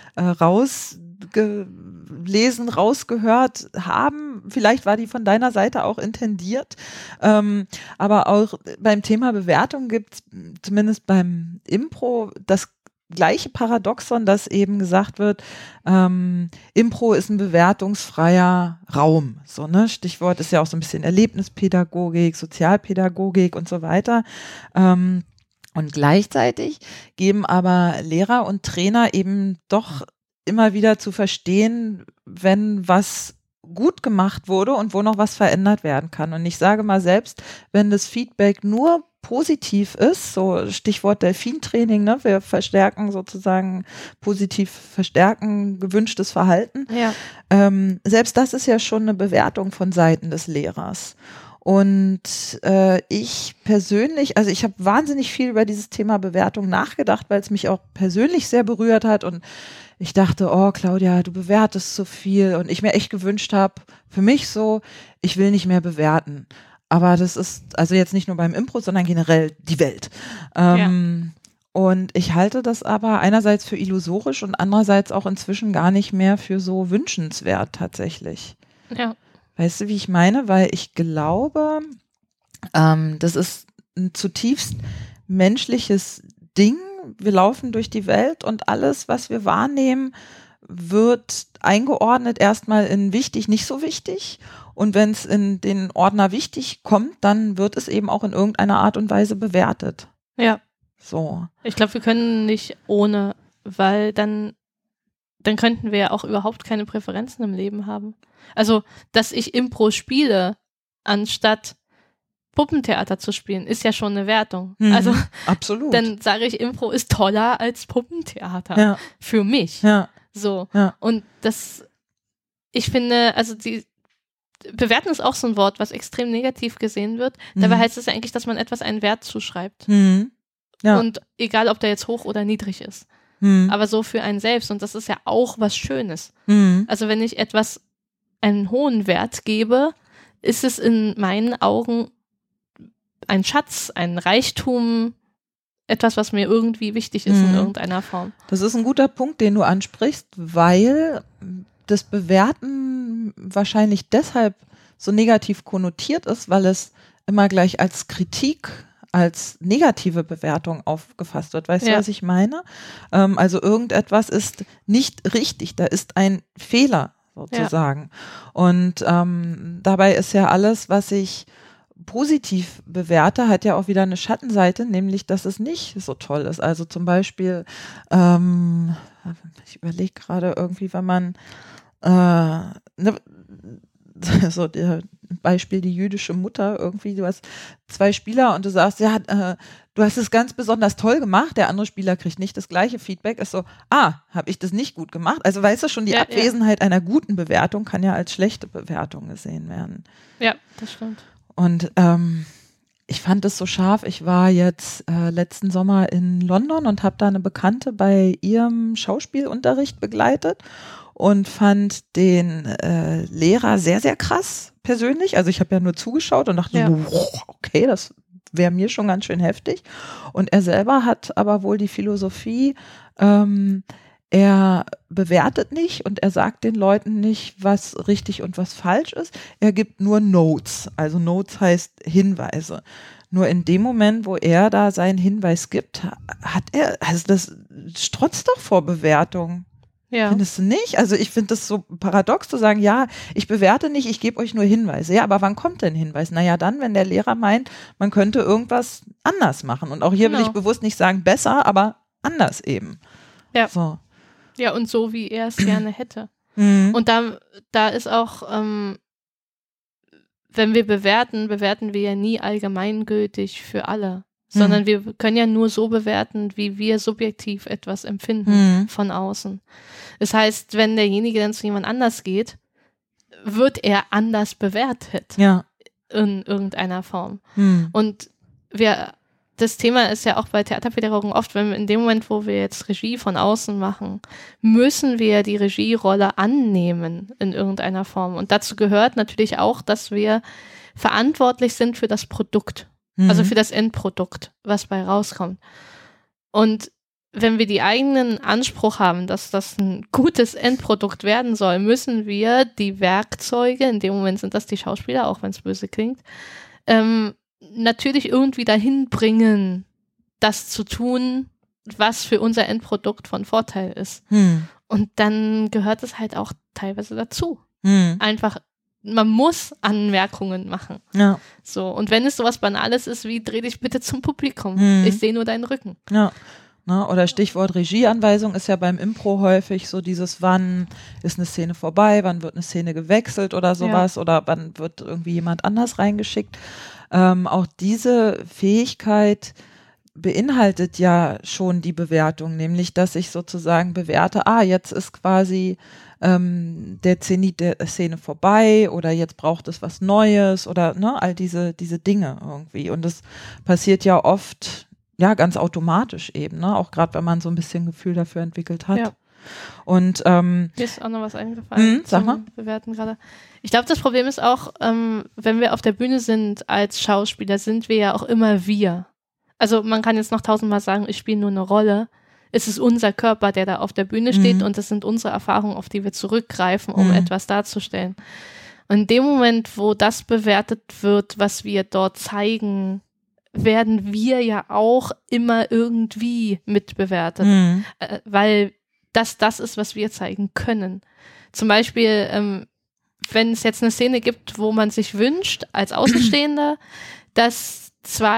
rausgelesen, rausgehört haben. Vielleicht war die von deiner Seite auch intendiert. Aber auch beim Thema Bewertung gibt es zumindest beim Impro das gleiche Paradoxon, dass eben gesagt wird, Impro ist ein bewertungsfreier Raum. So, ne? Stichwort ist ja auch so ein bisschen Erlebnispädagogik, Sozialpädagogik und so weiter. Und gleichzeitig geben aber Lehrer und Trainer eben doch immer wieder zu verstehen, wenn was gut gemacht wurde und wo noch was verändert werden kann. Und ich sage mal, selbst wenn das Feedback nur positiv ist, so Stichwort Delfintraining, ne? Wir verstärken sozusagen, positiv verstärken gewünschtes Verhalten. Ja. Selbst das ist ja schon eine Bewertung von Seiten des Lehrers. Und ich persönlich, also ich habe wahnsinnig viel über dieses Thema Bewertung nachgedacht, weil es mich auch persönlich sehr berührt hat und ich dachte, oh Claudia, du bewertest so viel und ich mir echt gewünscht habe, für mich so, ich will nicht mehr bewerten. Aber das ist also jetzt nicht nur beim Impro, sondern generell die Welt. Und ich halte das aber einerseits für illusorisch und andererseits auch inzwischen gar nicht mehr für so wünschenswert tatsächlich. Ja. Weißt du, wie ich meine? Weil ich glaube, das ist ein zutiefst menschliches Ding. Wir laufen durch die Welt und alles, was wir wahrnehmen, wird eingeordnet erstmal in wichtig, nicht so wichtig. Und wenn es in den Ordner wichtig kommt, dann wird es eben auch in irgendeiner Art und Weise bewertet. Ja. So. Ich glaube, wir können nicht ohne, weil dann könnten wir ja auch überhaupt keine Präferenzen im Leben haben. Also, dass ich Impro spiele, anstatt Puppentheater zu spielen, ist ja schon eine Wertung. Also, absolut. Dann sage ich, Impro ist toller als Puppentheater. Für mich. Ja. So. Ja. Und ich finde, also bewerten ist auch so ein Wort, was extrem negativ gesehen wird. Dabei heißt es eigentlich, dass man etwas einen Wert zuschreibt. Ja. Und egal, ob der jetzt hoch oder niedrig ist. Aber so für einen selbst. Und das ist ja auch was Schönes. Also wenn ich etwas einen hohen Wert gebe, ist es in meinen Augen ein Schatz, ein Reichtum, etwas, was mir irgendwie wichtig ist in irgendeiner Form. Das ist ein guter Punkt, den du ansprichst, weil das Bewerten wahrscheinlich deshalb so negativ konnotiert ist, weil es immer gleich als Kritik, als negative Bewertung aufgefasst wird. Weißt du, was ich meine? Also irgendetwas ist nicht richtig, da ist ein Fehler sozusagen. Und dabei ist ja alles, was ich positiv bewerte, hat ja auch wieder eine Schattenseite, nämlich, dass es nicht so toll ist. Also zum Beispiel, ich überlege gerade irgendwie, wenn man so der Beispiel die jüdische Mutter irgendwie, du hast 2 Spieler und du sagst, ja, du hast es ganz besonders toll gemacht, der andere Spieler kriegt nicht das gleiche Feedback, ist so, habe ich das nicht gut gemacht? Also weißt du schon, die Abwesenheit einer guten Bewertung kann ja als schlechte Bewertung gesehen werden. Ja, das stimmt. Und ich fand es so scharf, ich war jetzt letzten Sommer in London und habe da eine Bekannte bei ihrem Schauspielunterricht begleitet und fand den Lehrer sehr, sehr krass persönlich. Also ich habe ja nur zugeschaut und dachte so, okay, das wäre mir schon ganz schön heftig. Und er selber hat aber wohl die Philosophie, er bewertet nicht und er sagt den Leuten nicht, was richtig und was falsch ist. Er gibt nur Notes. Also Notes heißt Hinweise. Nur in dem Moment, wo er da seinen Hinweis gibt, hat er, also das strotzt doch vor Bewertung. Ja. Findest du nicht? Also ich finde das so paradox zu sagen, ja, ich bewerte nicht, ich gebe euch nur Hinweise. Ja, aber wann kommt denn Hinweis? Naja, dann, wenn der Lehrer meint, man könnte irgendwas anders machen. Und auch hier will ich bewusst nicht sagen besser, aber anders eben. Ja. So. Ja, und so, wie er es gerne hätte. Und da ist auch, wenn wir bewerten wir ja nie allgemeingültig für alle. Sondern wir können ja nur so bewerten, wie wir subjektiv etwas empfinden von außen. Das heißt, wenn derjenige dann zu jemand anders geht, wird er anders bewertet in irgendeiner Form. Und das Thema ist ja auch bei Theaterpädagogen oft, wenn wir in dem Moment, wo wir jetzt Regie von außen machen, müssen wir die Regierolle annehmen in irgendeiner Form. Und dazu gehört natürlich auch, dass wir verantwortlich sind für das Produkt. Also für das Endprodukt, was bei rauskommt. Und wenn wir die eigenen Anspruch haben, dass das ein gutes Endprodukt werden soll, müssen wir die Werkzeuge, in dem Moment sind das die Schauspieler, auch wenn es böse klingt, natürlich irgendwie dahin bringen, das zu tun, was für unser Endprodukt von Vorteil ist. Und dann gehört es halt auch teilweise dazu. Einfach man muss Anmerkungen machen. Ja. So, und wenn es sowas Banales ist wie, dreh dich bitte zum Publikum. Ich sehe nur deinen Rücken. Ja. Na, oder Stichwort Regieanweisung ist ja beim Impro häufig so dieses, wann ist eine Szene vorbei, wann wird eine Szene gewechselt oder sowas oder wann wird irgendwie jemand anders reingeschickt. Auch diese Fähigkeit beinhaltet ja schon die Bewertung, nämlich dass ich sozusagen bewerte, jetzt ist quasi der Zenit der Szene vorbei oder jetzt braucht es was Neues oder all diese Dinge irgendwie. Und das passiert ja oft ganz automatisch eben, auch gerade wenn man so ein bisschen Gefühl dafür entwickelt hat. Ja. Und mir ist auch noch was eingefallen sag mal. Bewerten gerade. Ich glaube, das Problem ist auch, wenn wir auf der Bühne sind als Schauspieler, sind wir ja auch immer wir. Also man kann jetzt noch 1000-mal sagen, ich spiele nur eine Rolle. Es ist unser Körper, der da auf der Bühne steht und es sind unsere Erfahrungen, auf die wir zurückgreifen, um etwas darzustellen. Und in dem Moment, wo das bewertet wird, was wir dort zeigen, werden wir ja auch immer irgendwie mitbewertet, weil das ist, was wir zeigen können. Zum Beispiel, wenn es jetzt eine Szene gibt, wo man sich wünscht, als Außenstehender, dass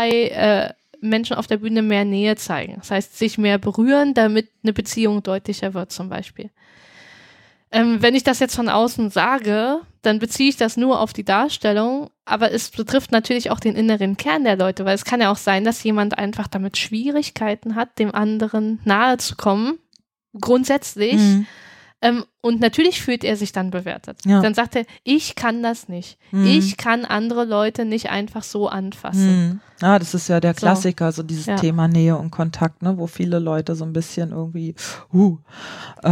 2 Menschen auf der Bühne mehr Nähe zeigen. Das heißt, sich mehr berühren, damit eine Beziehung deutlicher wird zum Beispiel. Wenn ich das jetzt von außen sage, dann beziehe ich das nur auf die Darstellung, aber es betrifft natürlich auch den inneren Kern der Leute, weil es kann ja auch sein, dass jemand einfach damit Schwierigkeiten hat, dem anderen nahe zu kommen, grundsätzlich. Und natürlich fühlt er sich dann bewertet. Ja. Dann sagt er, ich kann das nicht. Ich kann andere Leute nicht einfach so anfassen. Ja, das ist ja der Klassiker, so dieses Thema Nähe und Kontakt, wo viele Leute so ein bisschen irgendwie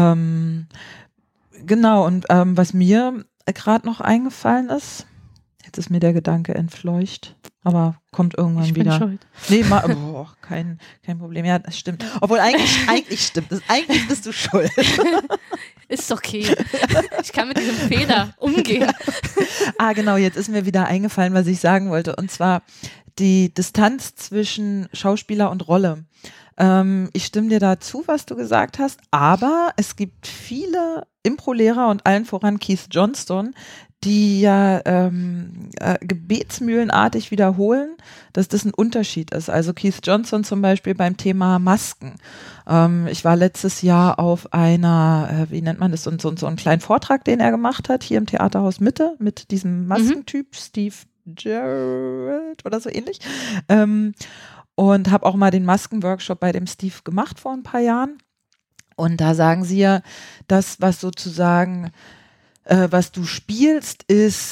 genau, und was mir gerade noch eingefallen ist, Jetzt ist mir der Gedanke entfleucht, aber kommt irgendwann Ich bin wieder. schuld. Nee, kein Problem. Ja, das stimmt. Obwohl eigentlich stimmt es. Eigentlich bist du schuld. Ist okay. Ich kann mit diesem Fehler umgehen. Genau, jetzt ist mir wieder eingefallen, was ich sagen wollte. Und zwar die Distanz zwischen Schauspieler und Rolle. Ich stimme dir dazu, was du gesagt hast, aber es gibt viele Impro-Lehrer und allen voran Keith Johnstone, die ja gebetsmühlenartig wiederholen, dass das ein Unterschied ist. Also Keith Johnstone zum Beispiel beim Thema Masken. Ich war letztes Jahr auf einer, wie nennt man das, so einen kleinen Vortrag, den er gemacht hat, hier im Theaterhaus Mitte mit diesem Maskentyp, Steve Gerald oder so ähnlich. Und habe auch mal den Maskenworkshop bei dem Steve gemacht vor ein paar Jahren. Und da sagen sie ja, das, was sozusagen, was du spielst,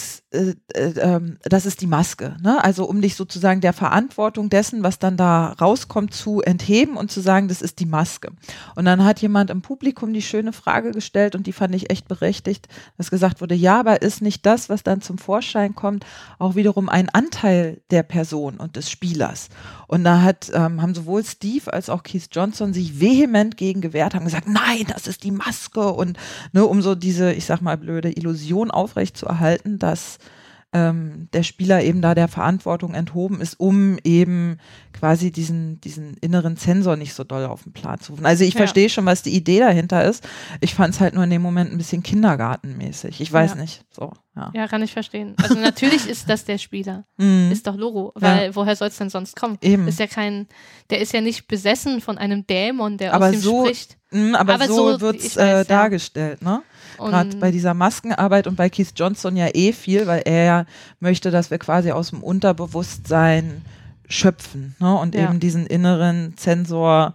das ist die Maske, ne? Also um dich sozusagen der Verantwortung dessen, was dann da rauskommt, zu entheben und zu sagen, das ist die Maske. Und dann hat jemand im Publikum die schöne Frage gestellt und die fand ich echt berechtigt, dass gesagt wurde, ja, aber ist nicht das, was dann zum Vorschein kommt, auch wiederum ein Anteil der Person und des Spielers? Und da haben sowohl Steve als auch Keith Johnstone sich vehement gegen gewehrt, haben gesagt, nein, das ist die Maske und ne, um so diese, ich sag mal, blöde Illusion aufrechtzuerhalten, dass der Spieler eben da der Verantwortung enthoben ist, um eben quasi diesen inneren Zensor nicht so doll auf den Plan zu rufen. Also ich verstehe schon, was die Idee dahinter ist. Ich fand es halt nur in dem Moment ein bisschen kindergartenmäßig. Ich weiß nicht. So, ja, kann ich verstehen. Also natürlich ist das der Spieler. Ist doch Logo. Weil woher soll es denn sonst kommen? Eben. Der ist ja nicht besessen von einem Dämon, der aber aus ihm so, spricht. Aber so wird es dargestellt, ne? Gerade bei dieser Maskenarbeit und bei Keith Johnstone ja viel, weil er ja möchte, dass wir quasi aus dem Unterbewusstsein schöpfen, ne? Und eben diesen inneren Zensor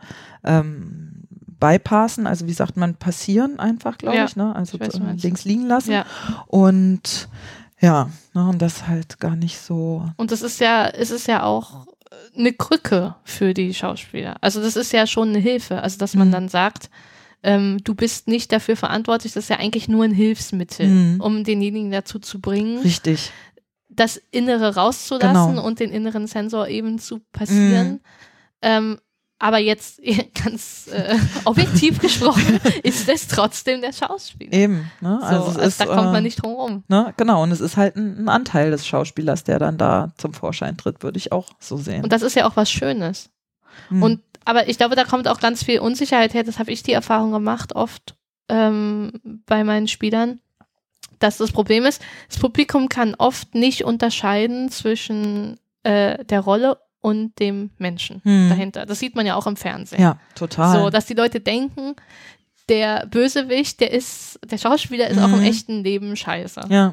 bypassen, also wie sagt man, passieren einfach, glaube ich, ne? Also links liegen lassen. Ja. Und ja, ne? Und das halt gar nicht so. Und es ist ja auch eine Krücke für die Schauspieler. Also das ist ja schon eine Hilfe. Also dass man dann sagt, du bist nicht dafür verantwortlich, das ist ja eigentlich nur ein Hilfsmittel, um denjenigen dazu zu bringen, richtig, das Innere rauszulassen und den inneren Sensor eben zu passieren. Aber jetzt ganz objektiv gesprochen ist es trotzdem der Schauspieler. Eben. Ne? Also da kommt man nicht drum rum. Ne? Genau, und es ist halt ein Anteil des Schauspielers, der dann da zum Vorschein tritt, würde ich auch so sehen. Und das ist ja auch was Schönes. Aber ich glaube, da kommt auch ganz viel Unsicherheit her. Das habe ich die Erfahrung gemacht, oft bei meinen Spielern, dass das Problem ist, das Publikum kann oft nicht unterscheiden zwischen der Rolle und dem Menschen dahinter. Das sieht man ja auch im Fernsehen. Ja, total. So, dass die Leute denken, der Bösewicht, der Schauspieler ist auch im echten Leben scheiße. Ja.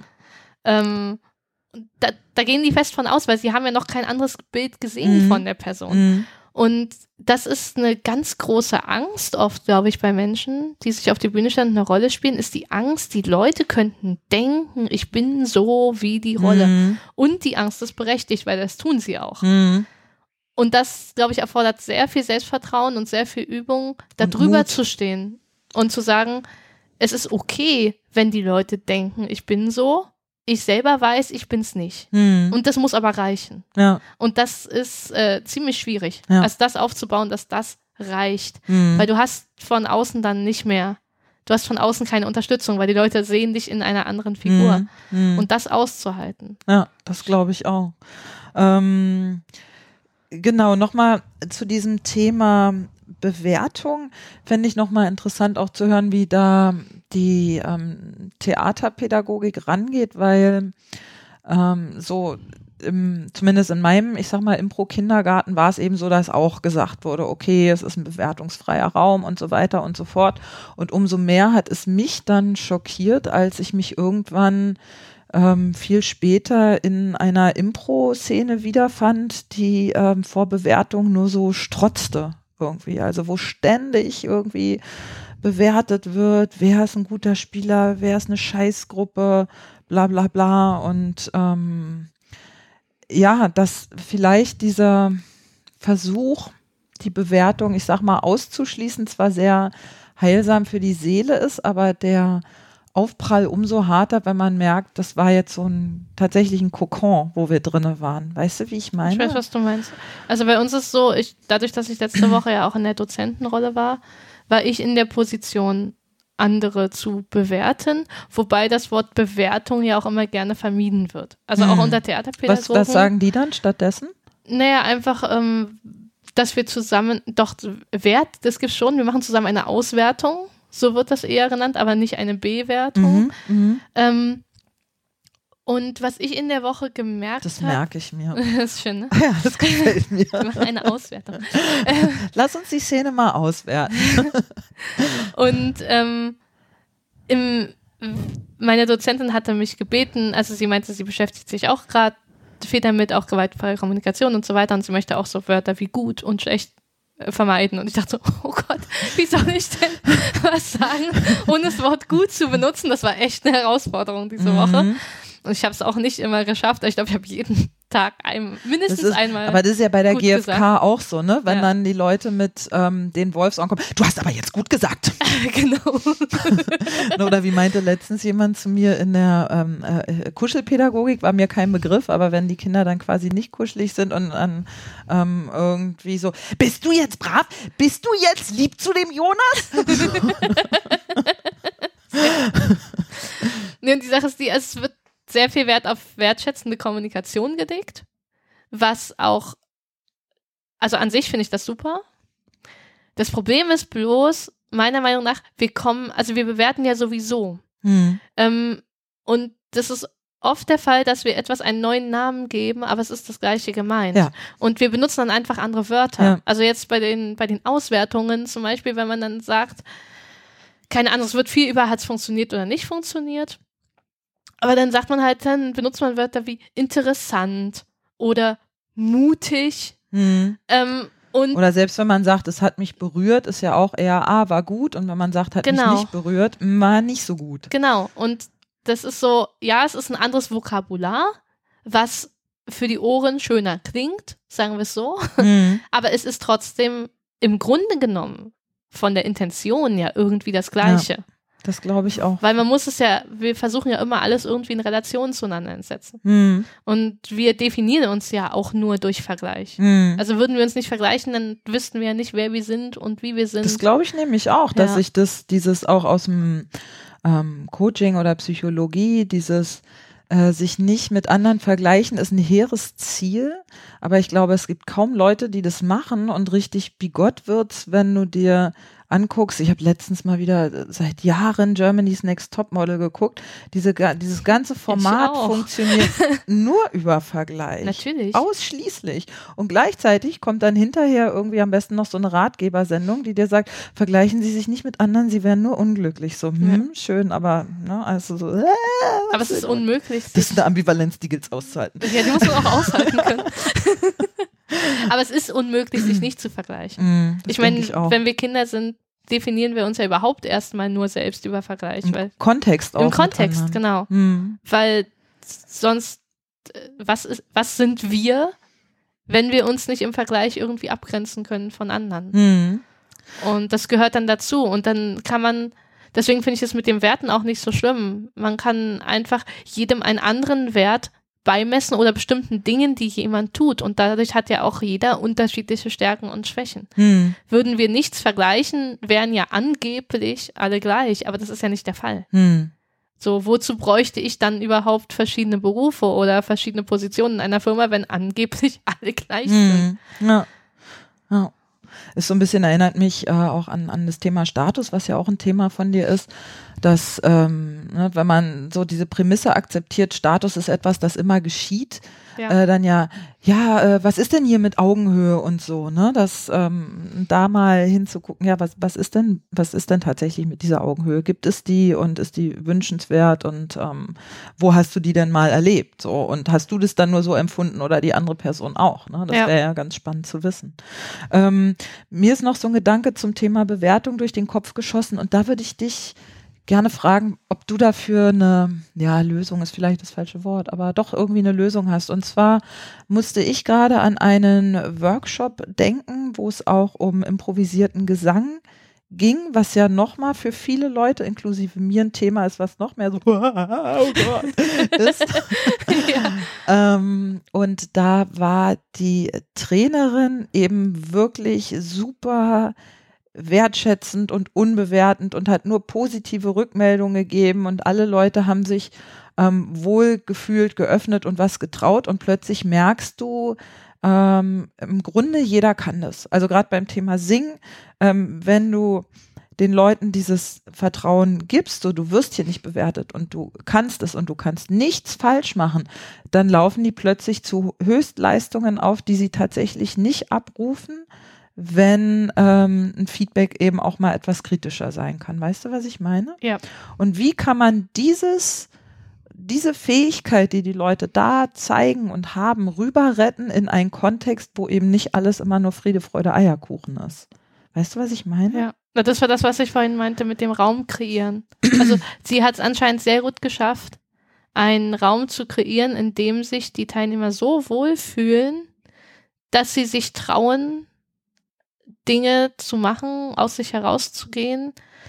Da gehen die fest von aus, weil sie haben ja noch kein anderes Bild gesehen von der Person. Und das ist eine ganz große Angst oft, glaube ich, bei Menschen, die sich auf die Bühne stellen und eine Rolle spielen, ist die Angst, die Leute könnten denken, ich bin so wie die Rolle. Und die Angst ist berechtigt, weil das tun sie auch. Und das, glaube ich, erfordert sehr viel Selbstvertrauen und sehr viel Übung, da drüber zu stehen und zu sagen, es ist okay, wenn die Leute denken, ich bin so. Ich selber weiß, ich bin's nicht. Und das muss aber reichen. Ja. Und das ist ziemlich schwierig, also das aufzubauen, dass das reicht. Weil du hast von außen dann nicht mehr, du hast von außen keine Unterstützung, weil die Leute sehen dich in einer anderen Figur. Und das auszuhalten. Ja, das glaube ich auch. Genau, nochmal zu diesem Thema Bewertung fände ich nochmal interessant auch zu hören, wie da die Theaterpädagogik rangeht, weil zumindest in meinem, ich sag mal, Impro-Kindergarten war es eben so, dass auch gesagt wurde, okay, es ist ein bewertungsfreier Raum und so weiter und so fort. Und umso mehr hat es mich dann schockiert, als ich mich irgendwann viel später in einer Impro-Szene wiederfand, die vor Bewertung nur so strotzte irgendwie. Also wo ständig irgendwie bewertet wird, wer ist ein guter Spieler, wer ist eine Scheißgruppe, bla bla bla. Und dass vielleicht dieser Versuch, die Bewertung, ich sag mal, auszuschließen, zwar sehr heilsam für die Seele ist, aber der Aufprall umso harter, wenn man merkt, das war jetzt so tatsächlich ein Kokon, wo wir drinne waren. Weißt du, wie ich meine? Ich weiß, was du meinst. Also bei uns ist so, dadurch, dass ich letzte Woche ja auch in der Dozentenrolle war ich in der Position, andere zu bewerten, wobei das Wort Bewertung ja auch immer gerne vermieden wird. Also auch unter Theaterpädagogen. Was sagen die dann stattdessen? Naja, einfach, dass wir zusammen, doch Wert, das gibt's schon, wir machen zusammen eine Auswertung, so wird das eher genannt, aber nicht eine Bewertung. Und was ich in der Woche gemerkt habe. Das merke ich mir. Das ist schön, ne? Ja, das gefällt mir. Wir machen eine Auswertung. Lass uns die Szene mal auswerten. Und meine Dozentin hatte mich gebeten, also sie meinte, sie beschäftigt sich auch gerade viel damit, auch gewaltfreie Kommunikation und so weiter, und sie möchte auch so Wörter wie gut und schlecht vermeiden. Und ich dachte so, oh Gott, wie soll ich denn was sagen, ohne das Wort gut zu benutzen? Das war echt eine Herausforderung diese Woche. Und ich habe es auch nicht immer geschafft. Ich glaube, ich habe jeden Tag mindestens einmal. Aber das ist ja bei der GfK gesagt. Auch so, ne? Wenn dann die Leute mit den Wolfsohren kommen, du hast aber jetzt gut gesagt. Genau. Oder wie meinte letztens jemand zu mir in der Kuschelpädagogik, war mir kein Begriff, aber wenn die Kinder dann quasi nicht kuschelig sind und irgendwie so, bist du jetzt brav? Bist du jetzt lieb zu dem Jonas? Nee, und die Sache ist es wird sehr viel Wert auf wertschätzende Kommunikation gelegt, was auch, also an sich finde ich das super. Das Problem ist bloß, meiner Meinung nach, wir bewerten ja sowieso. Und das ist oft der Fall, dass wir etwas einen neuen Namen geben, aber es ist das Gleiche gemeint. Ja. Und wir benutzen dann einfach andere Wörter. Ja. Also jetzt bei den Auswertungen zum Beispiel, wenn man dann sagt, keine Ahnung, es wird viel über, hat es funktioniert oder nicht funktioniert. Aber dann sagt man halt, dann benutzt man Wörter wie interessant oder mutig. Oder selbst wenn man sagt, es hat mich berührt, ist ja auch eher, war gut. Und wenn man sagt, hat mich nicht berührt, war nicht so gut. Genau. Und das ist so, ja, es ist ein anderes Vokabular, was für die Ohren schöner klingt, sagen wir es so. Aber es ist trotzdem im Grunde genommen von der Intention ja irgendwie das Gleiche. Ja. Das glaube ich auch. Weil wir versuchen ja immer alles irgendwie in Relation zueinander zu setzen. Und wir definieren uns ja auch nur durch Vergleich. Also würden wir uns nicht vergleichen, dann wüssten wir ja nicht, wer wir sind und wie wir sind. Das glaube ich nämlich auch, dass ich dieses auch aus dem Coaching oder Psychologie, dieses sich nicht mit anderen vergleichen, ist ein hehres Ziel. Aber ich glaube, es gibt kaum Leute, die das machen, und richtig bigott wird's, wenn du dir anguckst. Ich habe letztens mal wieder seit Jahren Germany's Next Topmodel geguckt. Dieses ganze Format funktioniert nur über Vergleich. Natürlich. Ausschließlich. Und gleichzeitig kommt dann hinterher irgendwie am besten noch so eine Ratgebersendung, die dir sagt, vergleichen Sie sich nicht mit anderen, Sie werden nur unglücklich. So, schön, aber also so. Aber es ist unmöglich. Das ist eine Ambivalenz, die gilt es auszuhalten. Ja, die muss man auch aushalten können. Aber es ist unmöglich, sich nicht zu vergleichen. Ich meine, wenn wir Kinder sind, definieren wir uns ja überhaupt erstmal nur selbst über Vergleich. Im Kontext auch. Im Kontext, genau. Weil sonst, was sind wir, wenn wir uns nicht im Vergleich irgendwie abgrenzen können von anderen? Und das gehört dann dazu. Und dann kann man, deswegen finde ich es mit den Werten auch nicht so schlimm. Man kann einfach jedem einen anderen Wert beimessen oder bestimmten Dingen, die jemand tut. Und dadurch hat ja auch jeder unterschiedliche Stärken und Schwächen. Würden wir nichts vergleichen, wären ja angeblich alle gleich. Aber das ist ja nicht der Fall. So, wozu bräuchte ich dann überhaupt verschiedene Berufe oder verschiedene Positionen in einer Firma, wenn angeblich alle gleich sind? Ja. Ist so ein bisschen, erinnert mich auch an das Thema Status, was ja auch ein Thema von dir ist, dass wenn man so diese Prämisse akzeptiert, Status ist etwas, das immer geschieht, dann was ist denn hier mit Augenhöhe und so, ne? Das da mal hinzugucken, was ist denn tatsächlich mit dieser Augenhöhe? Gibt es die und ist die wünschenswert und wo hast du die denn mal erlebt? So, und hast du das dann nur so empfunden oder die andere Person auch? Ne? Das wäre ja ganz spannend zu wissen. Mir ist noch so ein Gedanke zum Thema Bewertung durch den Kopf geschossen, und da würde ich dich gerne fragen, ob du dafür Lösung ist vielleicht das falsche Wort, aber doch irgendwie eine Lösung hast. Und zwar musste ich gerade an einen Workshop denken, wo es auch um improvisierten Gesang ging, was ja nochmal für viele Leute, inklusive mir, ein Thema ist, was noch mehr so, oh Gott, ist. Und da war die Trainerin eben wirklich super wertschätzend und unbewertend und hat nur positive Rückmeldungen gegeben und alle Leute haben sich wohlgefühlt, geöffnet und was getraut und plötzlich merkst du, im Grunde jeder kann das. Also gerade beim Thema Singen, wenn du den Leuten dieses Vertrauen gibst, so du wirst hier nicht bewertet und du kannst es und du kannst nichts falsch machen, dann laufen die plötzlich zu Höchstleistungen auf, die sie tatsächlich nicht abrufen, wenn ein Feedback eben auch mal etwas kritischer sein kann. Weißt du, was ich meine? Ja. Und wie kann man diese Fähigkeit, die Leute da zeigen und haben, rüber retten in einen Kontext, wo eben nicht alles immer nur Friede, Freude, Eierkuchen ist. Weißt du, was ich meine? Ja, das war das, was ich vorhin meinte mit dem Raum kreieren. Also sie hat es anscheinend sehr gut geschafft, einen Raum zu kreieren, in dem sich die Teilnehmer so wohlfühlen, dass sie sich trauen, Dinge zu machen, aus sich herauszugehen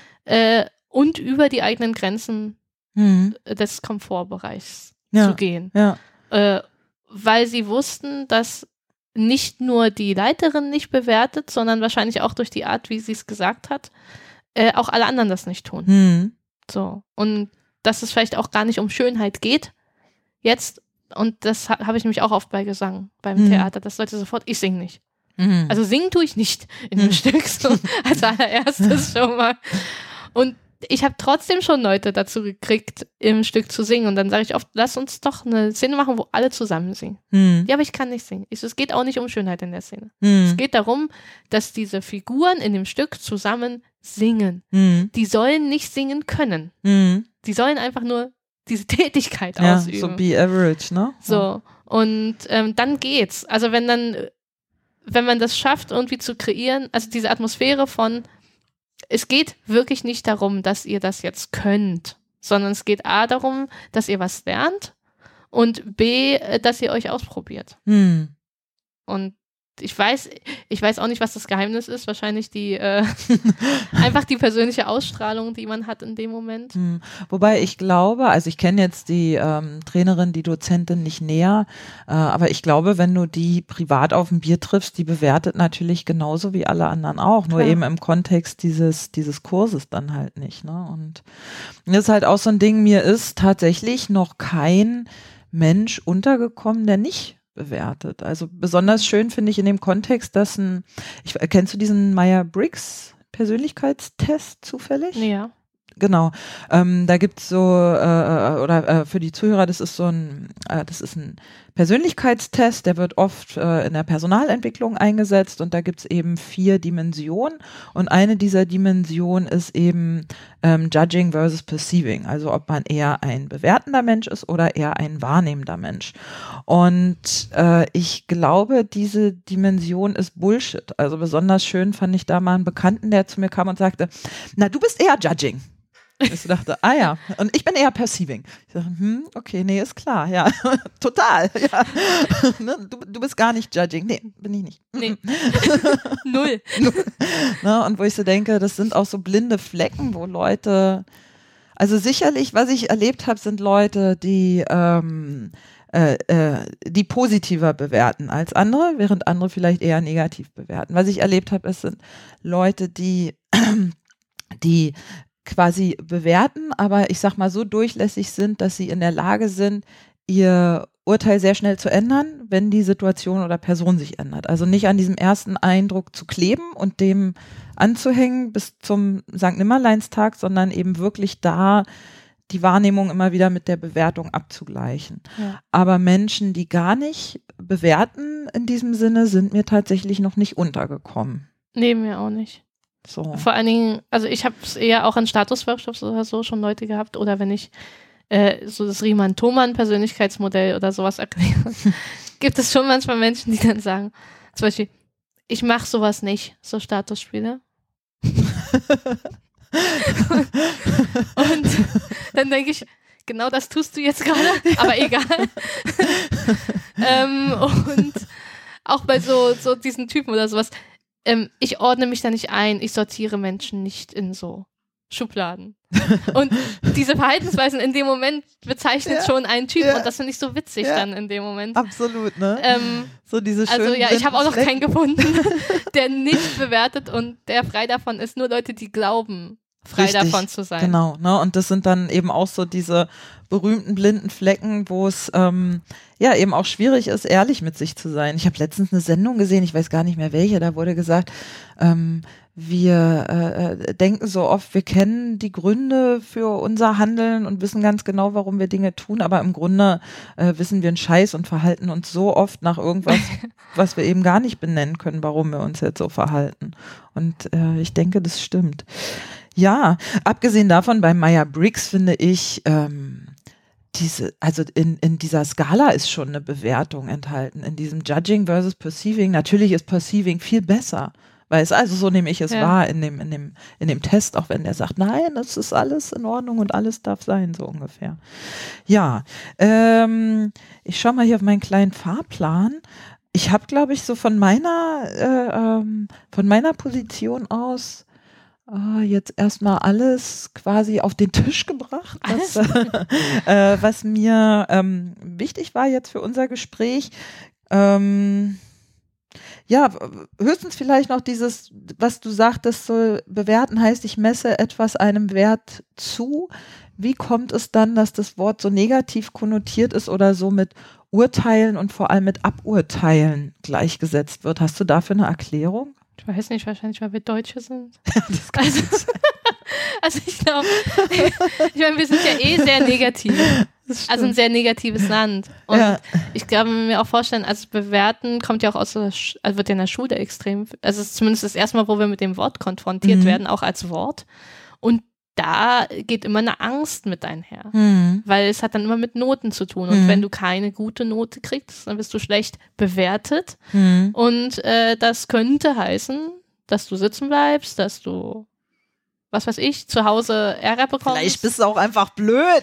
und über die eigenen Grenzen des Komfortbereichs zu gehen. Ja. Weil sie wussten, dass nicht nur die Leiterin nicht bewertet, sondern wahrscheinlich auch durch die Art, wie sie es gesagt hat, auch alle anderen das nicht tun. So. Und dass es vielleicht auch gar nicht um Schönheit geht jetzt. Und das habe ich nämlich auch oft bei Gesang, beim Theater, dass Leute sofort, ich singe nicht. Also singen tue ich nicht in dem Stück, so als allererstes schon mal. Und ich habe trotzdem schon Leute dazu gekriegt, im Stück zu singen. Und dann sage ich oft, lass uns doch eine Szene machen, wo alle zusammen singen. Ja, aber ich kann nicht singen. Es geht auch nicht um Schönheit in der Szene. Es geht darum, dass diese Figuren in dem Stück zusammen singen. Die sollen nicht singen können. Die sollen einfach nur diese Tätigkeit ausüben. So be average, ne? So, und dann geht's. Also wenn man das schafft, irgendwie zu kreieren, also diese Atmosphäre von es geht wirklich nicht darum, dass ihr das jetzt könnt, sondern es geht A darum, dass ihr was lernt und B, dass ihr euch ausprobiert. Und ich weiß auch nicht, was das Geheimnis ist. Wahrscheinlich einfach die persönliche Ausstrahlung, die man hat in dem Moment. Wobei ich glaube, also ich kenne jetzt die Trainerin, die Dozentin nicht näher, aber ich glaube, wenn du die privat auf ein Bier triffst, die bewertet natürlich genauso wie alle anderen auch, nur eben im Kontext dieses Kurses dann halt nicht. Ne? Und das ist halt auch so ein Ding, mir ist tatsächlich noch kein Mensch untergekommen, der nicht bewertet. Also besonders schön finde ich in dem Kontext, dass kennst du diesen Myers-Briggs-Persönlichkeitstest zufällig? Ja. Genau. Da gibt's so, für die Zuhörer, das ist ein Persönlichkeitstest, der wird oft in der Personalentwicklung eingesetzt und da gibt's eben 4 Dimensionen und eine dieser Dimensionen ist eben Judging versus Perceiving, also ob man eher ein bewertender Mensch ist oder eher ein wahrnehmender Mensch. Und ich glaube, diese Dimension ist Bullshit. Also besonders schön fand ich da mal einen Bekannten, der zu mir kam und sagte, na, du bist eher Judging. Ich dachte, ja, und ich bin eher Perceiving. Ich dachte, okay, nee, ist klar, ja, total, ja. Du bist gar nicht Judging. Nee, bin ich nicht. Nee. Null. Na, und wo ich so denke, das sind auch so blinde Flecken, wo Leute, also sicherlich, was ich erlebt habe, sind Leute, die positiver bewerten als andere, während andere vielleicht eher negativ bewerten. Was ich erlebt habe, es sind Leute, die quasi bewerten, aber ich sag mal so durchlässig sind, dass sie in der Lage sind, ihr Urteil sehr schnell zu ändern, wenn die Situation oder Person sich ändert. Also nicht an diesem ersten Eindruck zu kleben und dem anzuhängen bis zum Sankt Nimmerleinstag, sondern eben wirklich da die Wahrnehmung immer wieder mit der Bewertung abzugleichen. Ja. Aber Menschen, die gar nicht bewerten in diesem Sinne, sind mir tatsächlich noch nicht untergekommen. Nee, mir auch nicht. So. Vor allen Dingen, also ich habe es eher auch in Statusworkshops oder so schon Leute gehabt oder wenn ich so das Riemann-Thomann-Persönlichkeitsmodell oder sowas erkläre, gibt es schon manchmal Menschen, die dann sagen, zum Beispiel, ich mache sowas nicht, so Statusspiele. Und dann denke ich, genau das tust du jetzt gerade, aber egal. Und auch bei so diesen Typen oder sowas, ich ordne mich da nicht ein, ich sortiere Menschen nicht in so Schubladen. Und diese Verhaltensweisen in dem Moment bezeichnet schon einen Typ und das finde ich so witzig dann in dem Moment. Absolut, ne? So diese schönen also ja, ich habe auch noch keinen gefunden, der nicht bewertet und der frei davon ist. Nur Leute, die glauben, frei davon zu sein. Genau, ne? Und das sind dann eben auch so diese berühmten blinden Flecken, wo es eben auch schwierig ist, ehrlich mit sich zu sein. Ich habe letztens eine Sendung gesehen, ich weiß gar nicht mehr welche, da wurde gesagt, wir denken so oft, wir kennen die Gründe für unser Handeln und wissen ganz genau, warum wir Dinge tun, aber im Grunde wissen wir einen Scheiß und verhalten uns so oft nach irgendwas, was wir eben gar nicht benennen können, warum wir uns jetzt so verhalten. Und ich denke, das stimmt. Ja, abgesehen davon, bei Myers-Briggs finde ich, in dieser Skala ist schon eine Bewertung enthalten. In diesem Judging versus Perceiving, natürlich ist Perceiving viel besser. Weil so nehme ich es wahr in dem Test, auch wenn der sagt, nein, es ist alles in Ordnung und alles darf sein, so ungefähr. Ja, ich schaue mal hier auf meinen kleinen Fahrplan. Ich habe, glaube ich, so von meiner Position aus jetzt erstmal alles quasi auf den Tisch gebracht, was mir wichtig war jetzt für unser Gespräch. Ja, höchstens vielleicht noch dieses, was du sagtest, so bewerten heißt, ich messe etwas einem Wert zu. Wie kommt es dann, dass das Wort so negativ konnotiert ist oder so mit Urteilen und vor allem mit Aburteilen gleichgesetzt wird? Hast du dafür eine Erklärung? Ich weiß nicht, wahrscheinlich, weil wir Deutsche sind. Das kann sein. Also ich glaube, wir sind ja sehr negativ. Also ein sehr negatives Land. Und ich kann mir auch vorstellen, also bewerten kommt ja auch aus wird ja in der Schule extrem, also es ist zumindest das erste Mal, wo wir mit dem Wort konfrontiert werden, auch als Wort. Und da geht immer eine Angst mit einher, weil es hat dann immer mit Noten zu tun. Und wenn du keine gute Note kriegst, dann wirst du schlecht bewertet. Und das könnte heißen, dass du sitzen bleibst, dass du, was weiß ich, zu Hause Ärger bekommst. Vielleicht bist du auch einfach blöd.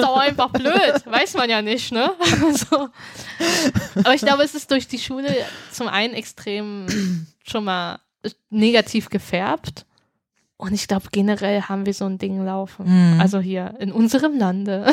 Weiß man ja nicht, ne? Also, aber ich glaube, es ist durch die Schule zum einen extrem schon mal negativ gefärbt. Und ich glaube, generell haben wir so ein Ding laufen. Also hier in unserem Lande.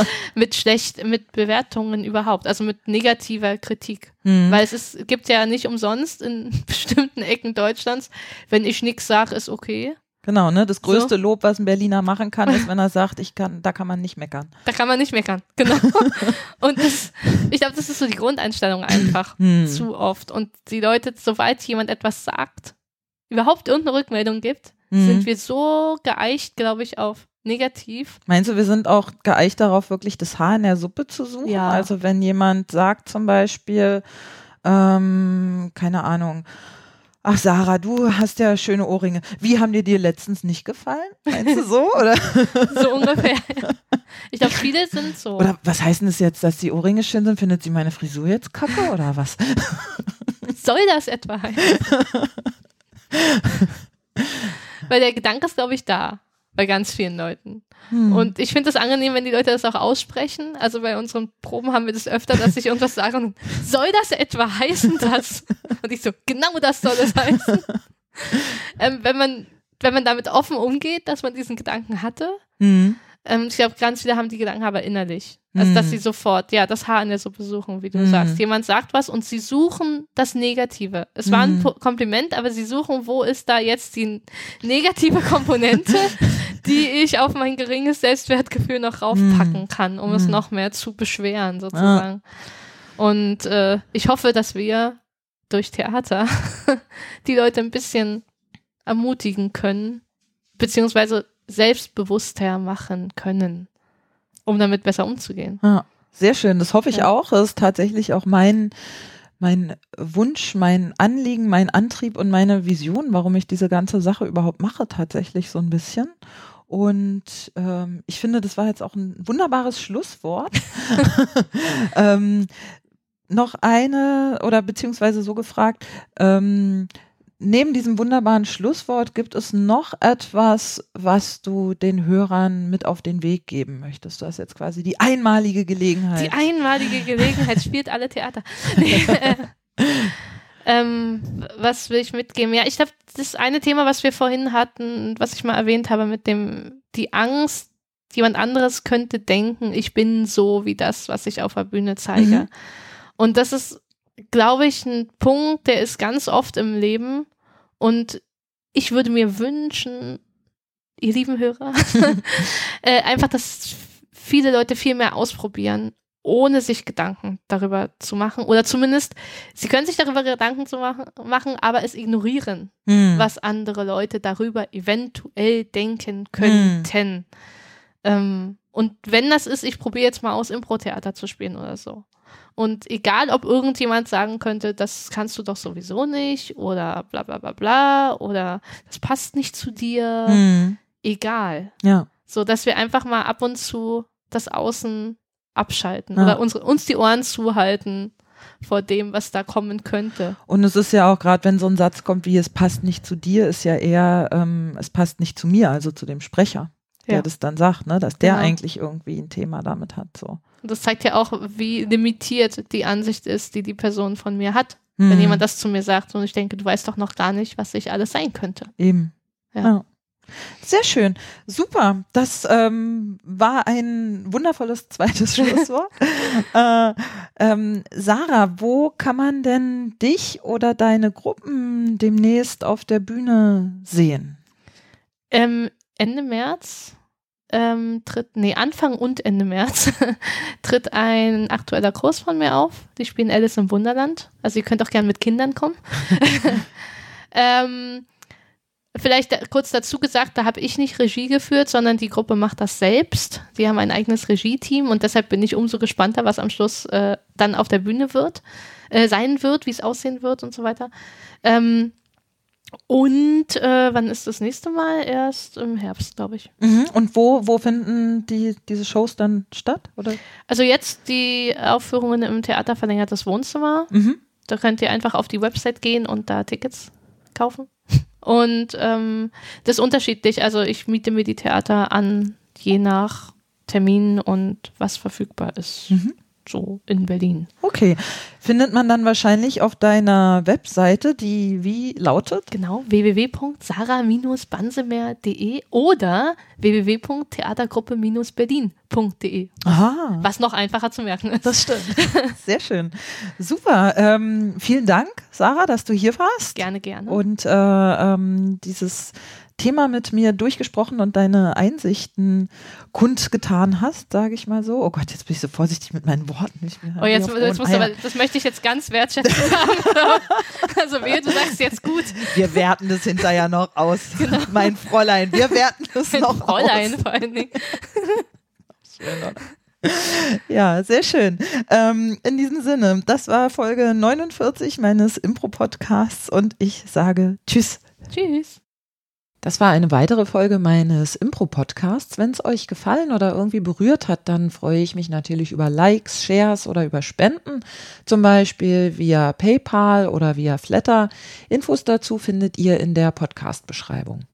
mit Bewertungen überhaupt. Also mit negativer Kritik. Weil es gibt ja nicht umsonst in bestimmten Ecken Deutschlands, wenn ich nichts sage, ist okay. Genau, ne? Das größte Lob, was ein Berliner machen kann, ist, wenn er sagt, da kann man nicht meckern. Da kann man nicht meckern, genau. Und ich glaube, das ist so die Grundeinstellung einfach zu oft. Und die Leute, sobald jemand etwas sagt, überhaupt irgendeine Rückmeldung gibt, sind wir so geeicht, glaube ich, auf negativ. Meinst du, wir sind auch geeicht darauf, wirklich das Haar in der Suppe zu suchen? Ja. Also wenn jemand sagt zum Beispiel, keine Ahnung, ach Sarah, du hast ja schöne Ohrringe. Wie haben dir letztens nicht gefallen? Meinst du so? Oder? So ungefähr. Ich glaube, viele sind so. Oder was heißt denn das jetzt, dass die Ohrringe schön sind? Findet sie meine Frisur jetzt kacke oder was? Soll das etwa heißen? Weil der Gedanke ist, glaube ich, da. Bei ganz vielen Leuten. Und ich finde es angenehm, wenn die Leute das auch aussprechen. Also bei unseren Proben haben wir das öfter, dass ich irgendwas sage und soll das etwa heißen, das? Und ich so, genau das soll es heißen. Wenn man damit offen umgeht, dass man diesen Gedanken hatte, ich glaube, ganz viele haben die Gedanken aber innerlich. Also, dass sie sofort, das Haar in der Suppe suchen, wie du sagst. Jemand sagt was und sie suchen das Negative. Es war ein Kompliment, aber sie suchen, wo ist da jetzt die negative Komponente, die ich auf mein geringes Selbstwertgefühl noch raufpacken kann, um es noch mehr zu beschweren, sozusagen. Und ich hoffe, dass wir durch Theater die Leute ein bisschen ermutigen können, beziehungsweise selbstbewusster machen können, um damit besser umzugehen. Ja, sehr schön, das hoffe ich auch. Das ist tatsächlich auch mein Wunsch, mein Anliegen, mein Antrieb und meine Vision, warum ich diese ganze Sache überhaupt mache, tatsächlich so ein bisschen. Und ich finde, das war jetzt auch ein wunderbares Schlusswort. Noch eine, oder beziehungsweise so gefragt, neben diesem wunderbaren Schlusswort gibt es noch etwas, was du den Hörern mit auf den Weg geben möchtest? Du hast jetzt quasi die einmalige Gelegenheit. Die einmalige Gelegenheit spielt alle Theater. Was will ich mitgeben? Ja, ich glaube, das eine Thema, was wir vorhin hatten, was ich mal erwähnt habe, mit die Angst, jemand anderes könnte denken, ich bin so wie das, was ich auf der Bühne zeige. Mhm. Und das ist, glaube ich, ein Punkt, der ist ganz oft im Leben. Und ich würde mir wünschen, ihr lieben Hörer, einfach, dass viele Leute viel mehr ausprobieren, ohne sich Gedanken darüber zu machen. Oder zumindest, sie können sich darüber Gedanken zu machen, aber es ignorieren, was andere Leute darüber eventuell denken könnten. Und wenn das ist, ich probiere jetzt mal aus, Impro-Theater zu spielen oder so. Und egal, ob irgendjemand sagen könnte, das kannst du doch sowieso nicht oder bla bla bla bla oder das passt nicht zu dir, egal. Ja. So, dass wir einfach mal ab und zu das Außen abschalten oder uns die Ohren zuhalten vor dem, was da kommen könnte. Und es ist ja auch gerade, wenn so ein Satz kommt wie, es passt nicht zu dir, ist ja eher, es passt nicht zu mir, also zu dem Sprecher, der das dann sagt, ne, dass der eigentlich irgendwie ein Thema damit hat. So. Und das zeigt ja auch, wie limitiert die Ansicht ist, die Person von mir hat. Wenn jemand das zu mir sagt und ich denke, du weißt doch noch gar nicht, was ich alles sein könnte. Eben. Ja. Sehr schön. Super. Das war ein wundervolles zweites Schlusswort. Sarah, wo kann man denn dich oder deine Gruppen demnächst auf der Bühne sehen? Ende März Anfang und Ende März tritt ein aktueller Kurs von mir auf. Die spielen Alice im Wunderland. Also ihr könnt auch gerne mit Kindern kommen. Vielleicht kurz dazu gesagt, da habe ich nicht Regie geführt, sondern die Gruppe macht das selbst. Die haben ein eigenes Regie-Team und deshalb bin ich umso gespannter, was am Schluss dann auf der Bühne sein wird, wie es aussehen wird und so weiter. Wann ist das nächste Mal? Erst im Herbst, glaube ich. Und wo finden diese Shows dann statt? Oder? Also jetzt die Aufführungen im Theater Verlängertes Wohnzimmer. Da könnt ihr einfach auf die Website gehen und da Tickets kaufen. Und das ist unterschiedlich. Also ich miete mir die Theater an, je nach Termin und was verfügbar ist. So in Berlin. Okay. Findet man dann wahrscheinlich auf deiner Webseite, die wie lautet? Genau, www.sarah-bansemer.de oder www.theatergruppe-berlin.de. Aha. Was noch einfacher zu merken ist. Das stimmt. Sehr schön. Super. Vielen Dank, Sarah, dass du hier warst. Gerne, gerne. Und dieses Thema mit mir durchgesprochen und deine Einsichten kundgetan hast, sage ich mal so. Oh Gott, jetzt bin ich so vorsichtig mit meinen Worten. Jetzt musst du aber, das möchte ich jetzt ganz wertschätzen haben. Also du sagst jetzt gut. Wir werten das hinterher noch aus. Genau. Mein Fräulein, wir werten das noch Fräulein aus. vor allen Dingen. Schön, oder? Ja, sehr schön. In diesem Sinne, das war Folge 49 meines Impro-Podcasts und ich sage Tschüss. Tschüss. Das war eine weitere Folge meines Impro-Podcasts. Wenn es euch gefallen oder irgendwie berührt hat, dann freue ich mich natürlich über Likes, Shares oder über Spenden, zum Beispiel via PayPal oder via Flatter. Infos dazu findet ihr in der Podcast-Beschreibung.